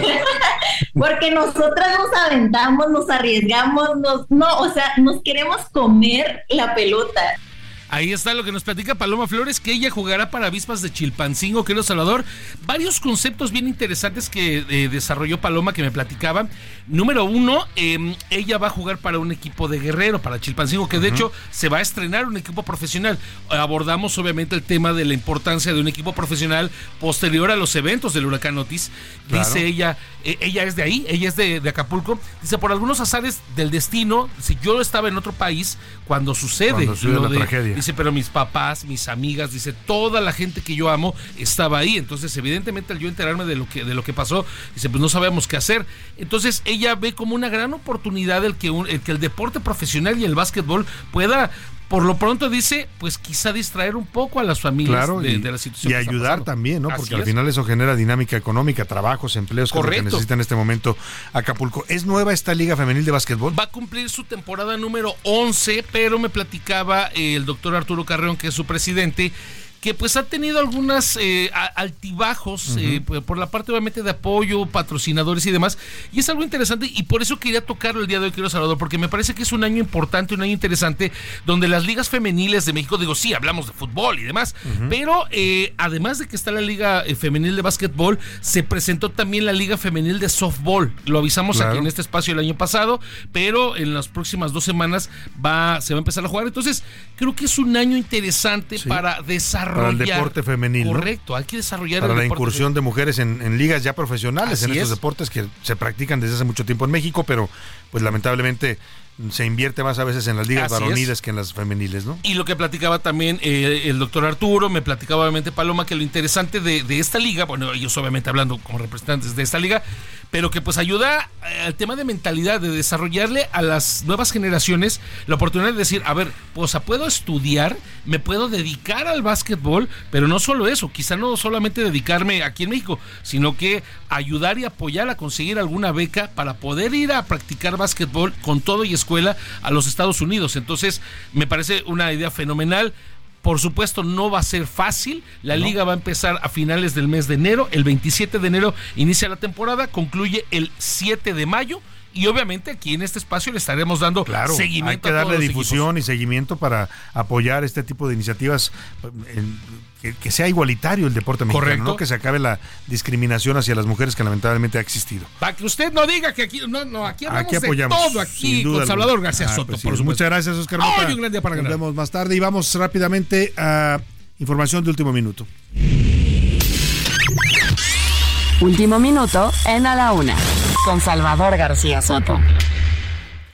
Porque nosotras nos aventamos, nos arriesgamos, nos, no, o sea, nos queremos comer la pelota. Ahí está lo que nos platica Paloma Flores, que ella jugará para Avispas de Chilpancingo, querido Salvador. Varios conceptos bien interesantes que eh, desarrolló Paloma, que me platicaba. Número uno, eh, ella va a jugar para un equipo de Guerrero, para Chilpancingo, que uh-huh. de hecho se va a estrenar un equipo profesional. Abordamos obviamente el tema de la importancia de un equipo profesional posterior a los eventos del huracán Otis. Claro. Dice ella, eh, ella es de ahí, ella es de, de Acapulco. Dice, por algunos azares del destino, si yo estaba en otro país cuando sucede, cuando sucede lo la de, tragedia. Dice, pero mis papás, mis amigas, dice, toda la gente que yo amo estaba ahí. Entonces, evidentemente, al yo enterarme de lo que, de lo que pasó, dice, pues no sabemos qué hacer. Entonces, ella ve como una gran oportunidad el que, un, el que el deporte profesional y el básquetbol pueda, por lo pronto, dice, pues quizá distraer un poco a las familias claro, de, y, de la situación. Y ayudar también, ¿no? Así Porque es. Al final eso genera dinámica económica, trabajos, empleos, que es lo que necesita en este momento Acapulco. ¿Es nueva esta Liga Femenil de Básquetbol? Va a cumplir su temporada número once, pero me platicaba eh, el doctor Arturo Carreón, que es su presidente, que pues ha tenido algunas eh, altibajos uh-huh. eh, por la parte obviamente de apoyo, patrocinadores y demás, y es algo interesante, y por eso quería tocarlo el día de hoy, querido Salvador, porque me parece que es un año importante, un año interesante, donde las ligas femeniles de México, digo, sí, hablamos de fútbol y demás, uh-huh. pero eh, además de que está la Liga eh, Femenil de Básquetbol, se presentó también la Liga Femenil de Softball. Lo avisamos claro. aquí en este espacio el año pasado, pero en las próximas dos semanas va, se va a empezar a jugar. Entonces, creo que es un año interesante sí. para desarrollar para el deporte femenil, correcto, ¿no? Hay que desarrollar para el la deporte incursión femenil. de mujeres en, en ligas ya profesionales, Así en estos es. deportes que se practican desde hace mucho tiempo en México, pero pues lamentablemente se invierte más a veces en las ligas Así varoniles es. que en las femeniles, ¿no? Y lo que platicaba también eh, el doctor Arturo, me platicaba obviamente Paloma, que lo interesante de, de esta liga, bueno, ellos obviamente hablando como representantes de esta liga, pero que pues ayuda al tema de mentalidad, de desarrollarle a las nuevas generaciones la oportunidad de decir, a ver, pues puedo estudiar, me puedo dedicar al básquetbol, pero no solo eso, quizá no solamente dedicarme aquí en México, sino que ayudar y apoyar a conseguir alguna beca para poder ir a practicar básquetbol con todo y escuela a los Estados Unidos. Entonces, me parece una idea fenomenal. Por supuesto, no va a ser fácil. La no. liga va a empezar a finales del mes de enero. El veintisiete de enero inicia la temporada, concluye el siete de mayo. Y obviamente aquí en este espacio le estaremos dando claro, seguimiento. Hay que a darle todos difusión equipos. y seguimiento para apoyar este tipo de iniciativas, en, que, que sea igualitario el deporte mexicano, Correcto. ¿no? Que se acabe la discriminación hacia las mujeres que lamentablemente ha existido. Para que usted no diga que aquí no, no aquí hablamos aquí apoyamos, de todo aquí con Salvador García ah, Soto. Pues sí. Por Muchas gracias, Oscar Mota. Hoy un gran día para Nos ganar. vemos más tarde y vamos rápidamente a información de último minuto. Último minuto en A la Una, con Salvador García Soto.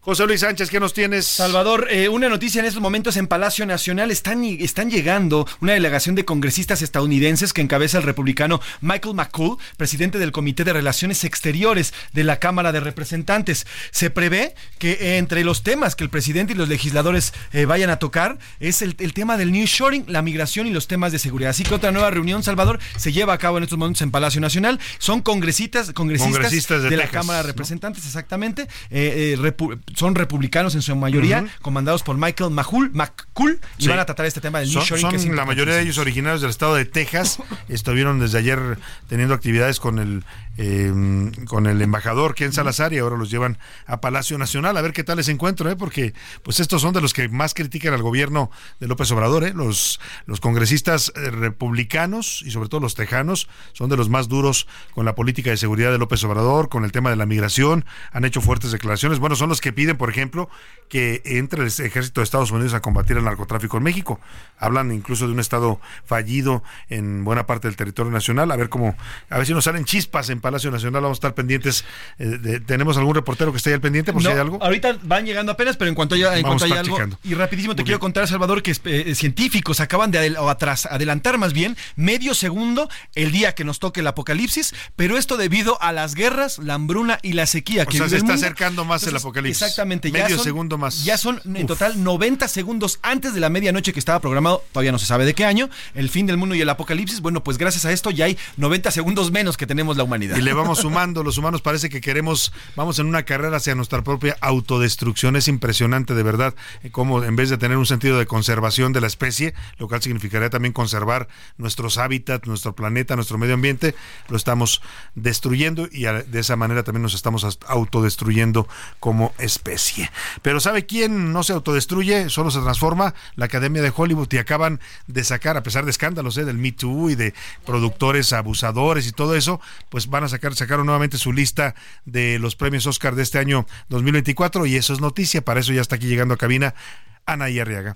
José Luis Sánchez, ¿qué nos tienes? Salvador, eh, una noticia en estos momentos en Palacio Nacional. Están, están llegando una delegación de congresistas estadounidenses que encabeza el republicano Michael McCaul, presidente del Comité de Relaciones Exteriores de la Cámara de Representantes. Se prevé que eh, entre los temas que el presidente y los legisladores eh, vayan a tocar es el, el tema del nearshoring, la migración y los temas de seguridad. Así que otra nueva reunión, Salvador, se lleva a cabo en estos momentos en Palacio Nacional. Son congresistas, congresistas, congresistas de, de la Cámara de Representantes, ¿no? Exactamente. Eh, eh, repu- son republicanos en su mayoría, uh-huh. comandados por Michael McCaul, McCaul y sí. van a tratar este tema del nearshoring. Son, que es la mayoría de ellos originarios del estado de Texas. Estuvieron desde ayer teniendo actividades con el eh, con el embajador Ken Salazar y ahora los llevan a Palacio Nacional a ver qué tal les encuentro, ¿eh? Porque pues estos son de los que más critican al gobierno de López Obrador, ¿eh? Los, los congresistas eh, republicanos y sobre todo los tejanos son de los más duros con la política de seguridad de López Obrador, con el tema de la migración. Han hecho fuertes declaraciones. Bueno, son los que piden, por ejemplo, que entre el ejército de Estados Unidos a combatir el narcotráfico en México. Hablan incluso de un estado fallido en buena parte del territorio nacional. A ver cómo, a ver si nos salen chispas en Palacio Nacional. Vamos a estar pendientes. Eh, de, ¿Tenemos algún reportero que esté ahí al pendiente por no, si hay algo? Ahorita van llegando apenas, pero en cuanto haya, en cuanto haya algo. Checando. Y rapidísimo te Muy quiero bien. contar, Salvador, que eh, científicos acaban de adel- o atrás, adelantar más bien medio segundo el día que nos toque el apocalipsis, pero esto debido a las guerras, la hambruna y la sequía. O que sea, se está mundo. acercando más Entonces, el apocalipsis. Exactamente. Medio ya son, segundo más. Ya son en Uf. total noventa segundos antes de la medianoche que estaba programado, todavía no se sabe de qué año, el fin del mundo y el apocalipsis. Bueno, pues gracias a esto ya hay noventa segundos menos que tenemos la humanidad. Y le vamos sumando, los humanos parece que queremos, vamos en una carrera hacia nuestra propia autodestrucción. Es impresionante de verdad cómo en vez de tener un sentido de conservación de la especie, lo cual significaría también conservar nuestros hábitats, nuestro planeta, nuestro medio ambiente, lo estamos destruyendo y de esa manera también nos estamos autodestruyendo como especie. Pero ¿sabe quién no se autodestruye? Solo se transforma. La Academia de Hollywood, y acaban de sacar, a pesar de escándalos ¿eh? del Me Too y de productores abusadores y todo eso, pues van a sacar, sacaron nuevamente su lista de los premios Oscar de este año dos mil veinticuatro y eso es noticia. Para eso ya está aquí llegando a cabina Anaí Arriaga.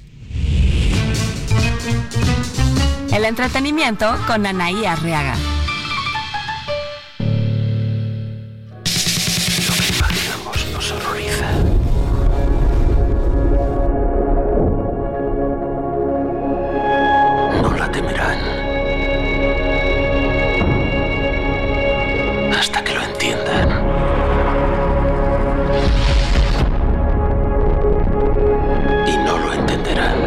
El entretenimiento con Anaí Arriaga. Lo que imaginamos nos horroriza. No la temerán hasta que lo entiendan. Y no lo entenderán.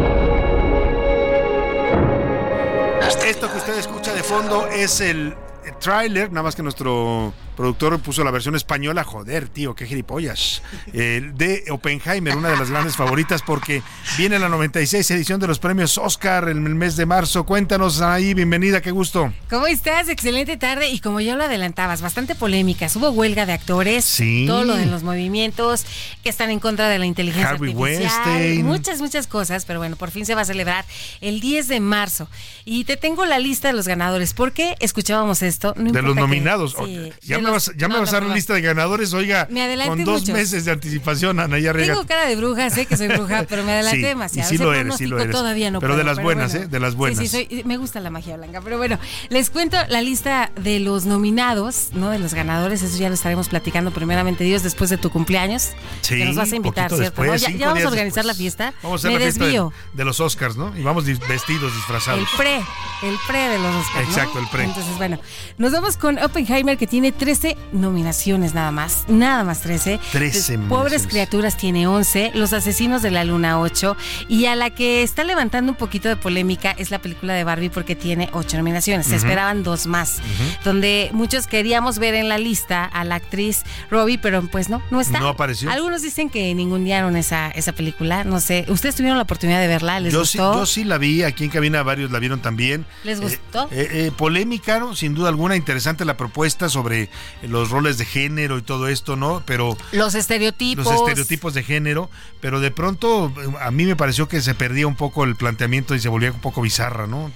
Hasta Esto que usted escucha de fondo es el tráiler, nada más que nuestro productor puso la versión española. Joder, tío, qué gilipollas. Eh, de Oppenheimer, una de las grandes favoritas, porque viene la noventa y seis edición de los premios Oscar en el mes de marzo. Cuéntanos, ahí, bienvenida, qué gusto. ¿Cómo estás? Excelente tarde. Y como ya lo adelantabas, bastante polémicas. Hubo huelga de actores, sí. todo lo de los movimientos que están en contra de la inteligencia Harvey artificial, Weinstein. muchas, muchas cosas, pero bueno, por fin se va a celebrar el diez de marzo. Y te tengo la lista de los ganadores. ¿Por qué escuchábamos esto? No de los nominados. Que, sí, ya de me los, vas, ya no, me vas a dar no, una no. lista de ganadores, oiga, con dos muchos. meses de anticipación, Ana. Ya Tengo cara de bruja, sé que soy bruja, pero me adelanté sí, demasiado. Y sí Ese lo eres, sí lo eres. Todavía no pero puedo, de las pero buenas, bueno. ¿eh? De las buenas. Sí, sí, soy, me gusta la magia blanca. Pero bueno, les cuento la lista de los nominados, ¿no? De los ganadores. Eso ya lo estaremos platicando primeramente Dios después de tu cumpleaños. Sí, que nos vas a invitar, ¿cierto? Después, ¿no? Ya, ya vamos a organizar después. la fiesta. Vamos a hacer me la fiesta desvío. de, de los Oscars, ¿no? Y vamos vestidos, disfrazados. El pre, el pre de los Oscars, ¿no? Exacto, el pre. Entonces, bueno, nos vamos con Oppenheimer, que tiene trece nominaciones nada más. Nada más trece. trece Pobres criaturas tiene once. Los asesinos de la luna ocho. Y a la que está levantando un poquito de polémica es la película de Barbie porque tiene ocho nominaciones. Se uh-huh. esperaban dos más. Uh-huh. Donde muchos queríamos ver en la lista a la actriz Robbie, pero pues no, no está. No apareció. Algunos dicen que ningunearon esa, esa película. No sé. ¿Ustedes tuvieron la oportunidad de verla? ¿Les yo gustó? Sí, yo sí la vi. Aquí en cabina varios la vieron también. ¿Les gustó? Eh, eh, eh, polémica, ¿no? Sin duda alguna. Interesante la propuesta sobre los roles de género y todo esto, ¿no? Pero los estereotipos. Los estereotipos de género. Pero de pronto a mí me pareció que se perdía un poco el planteamiento y se volvía un poco bizarra, ¿no?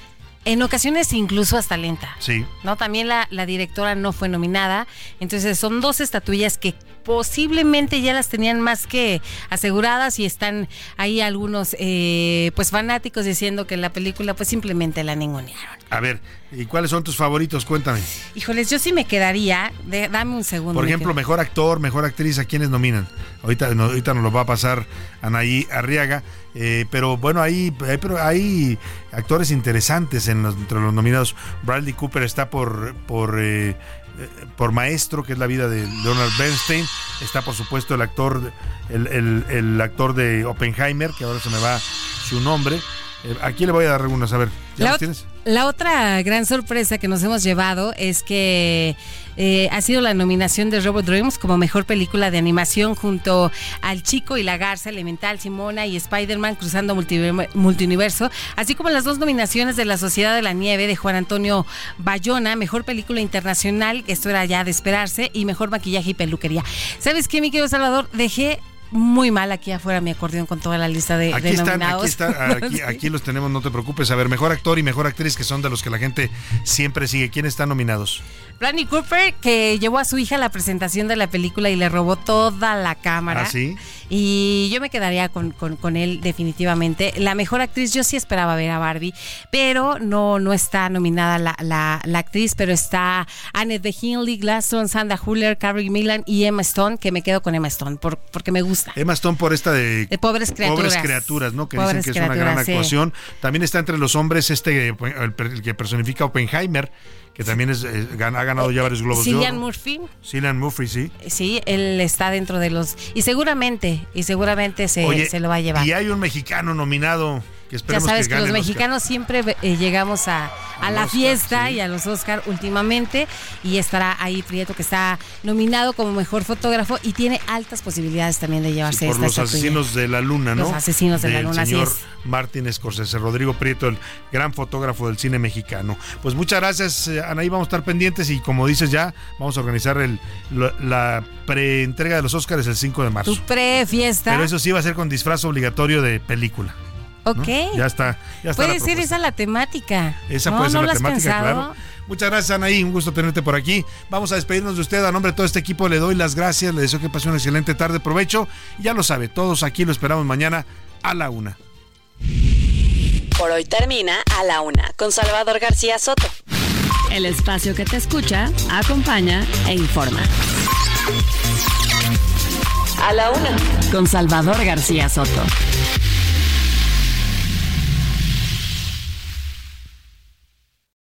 en ocasiones incluso hasta lenta. Sí. ¿No? También la, la directora no fue nominada. Entonces son dos estatuillas que posiblemente ya las tenían más que aseguradas y están ahí algunos eh, pues fanáticos diciendo que la película pues simplemente la ningunearon. A ver, ¿y cuáles son tus favoritos? Cuéntame. Híjoles, yo sí me quedaría, de, dame un segundo. Por ejemplo, mejor actor, mejor actriz, ¿a quiénes nominan? Ahorita, no, ahorita nos lo va a pasar Anaí Arriaga, eh, pero bueno, hay, hay, pero hay actores interesantes en los, entre los nominados. Bradley Cooper está por... por eh, por Maestro, que es la vida de Leonard Bernstein. Está por supuesto el actor el, el, el actor de Oppenheimer, que ahora se me va su nombre. Eh, aquí le voy a dar algunos, a ver, ¿ya la los tienes? La otra gran sorpresa que nos hemos llevado es que eh, ha sido la nominación de Robot Dreams como mejor película de animación junto al Chico y la Garza, Elemental, Simona y Spider-Man cruzando multiuniverso, así como las dos nominaciones de La Sociedad de la Nieve de Juan Antonio Bayona, mejor película internacional, esto era ya de esperarse, y mejor maquillaje y peluquería. ¿Sabes qué, mi querido Salvador? Dejé muy mal aquí afuera mi acordeón con toda la lista de, aquí de están, nominados. Aquí, está, aquí, aquí los tenemos, no te preocupes. A ver, mejor actor y mejor actriz, que son de los que la gente siempre sigue. ¿Quiénes están nominados? Bradley Cooper, que llevó a su hija a la presentación de la película y le robó toda la cámara. ¿Ah, sí? Y yo me quedaría con, con, con él definitivamente. La mejor actriz, yo sí esperaba ver a Barbie, pero no, no está nominada la, la, la actriz, pero está Annette Bening, Glaston, Sandra Hüller, Carey Mulligan y Emma Stone, que me quedo con Emma Stone por, porque me gusta. Emma Stone por esta de, de Pobres Criaturas. Pobres Criaturas, ¿no? Que Pobres dicen que es una gran sí. actuación. También está entre los hombres este el, el que personifica Oppenheimer, que también es, eh, ha ganado ya varios globos Cillian de oro. Murphy. Cillian Murphy, sí. Sí, él está dentro de los... Y seguramente, y seguramente se, Oye, se lo va a llevar. Y hay un mexicano nominado que esperemos ya sabes que, que gane los el mexicanos Oscar. siempre eh, llegamos a, a la Oscar, fiesta sí. y a los Oscar últimamente, y estará ahí Prieto, que está nominado como mejor fotógrafo y tiene altas posibilidades también de llevarse Sí, por esta los estatuilla. asesinos de la luna, ¿no? Los asesinos de la Del luna, así señor es. Martín Scorsese, Rodrigo Prieto, el gran fotógrafo del cine mexicano. Pues muchas gracias, eh, Anaí, vamos a estar pendientes y como dices ya, vamos a organizar el, la, la preentrega de los Oscars el cinco de marzo. Tu pre-fiesta. Pero eso sí va a ser con disfraz obligatorio de película. Ok. ¿No? Ya está. Ya está puede la ser propuesta. esa la temática. Esa ¿No? puede ser ¿No la lo has temática, pensado? claro. Muchas gracias, Anaí, un gusto tenerte por aquí. Vamos a despedirnos de usted. A nombre de todo este equipo le doy las gracias, le deseo que pase una excelente tarde, provecho. Ya lo sabe, todos aquí lo esperamos mañana a la una. Por hoy termina A la Una con Salvador García Soto. El espacio que te escucha, acompaña e informa. A la Una con Salvador García Soto.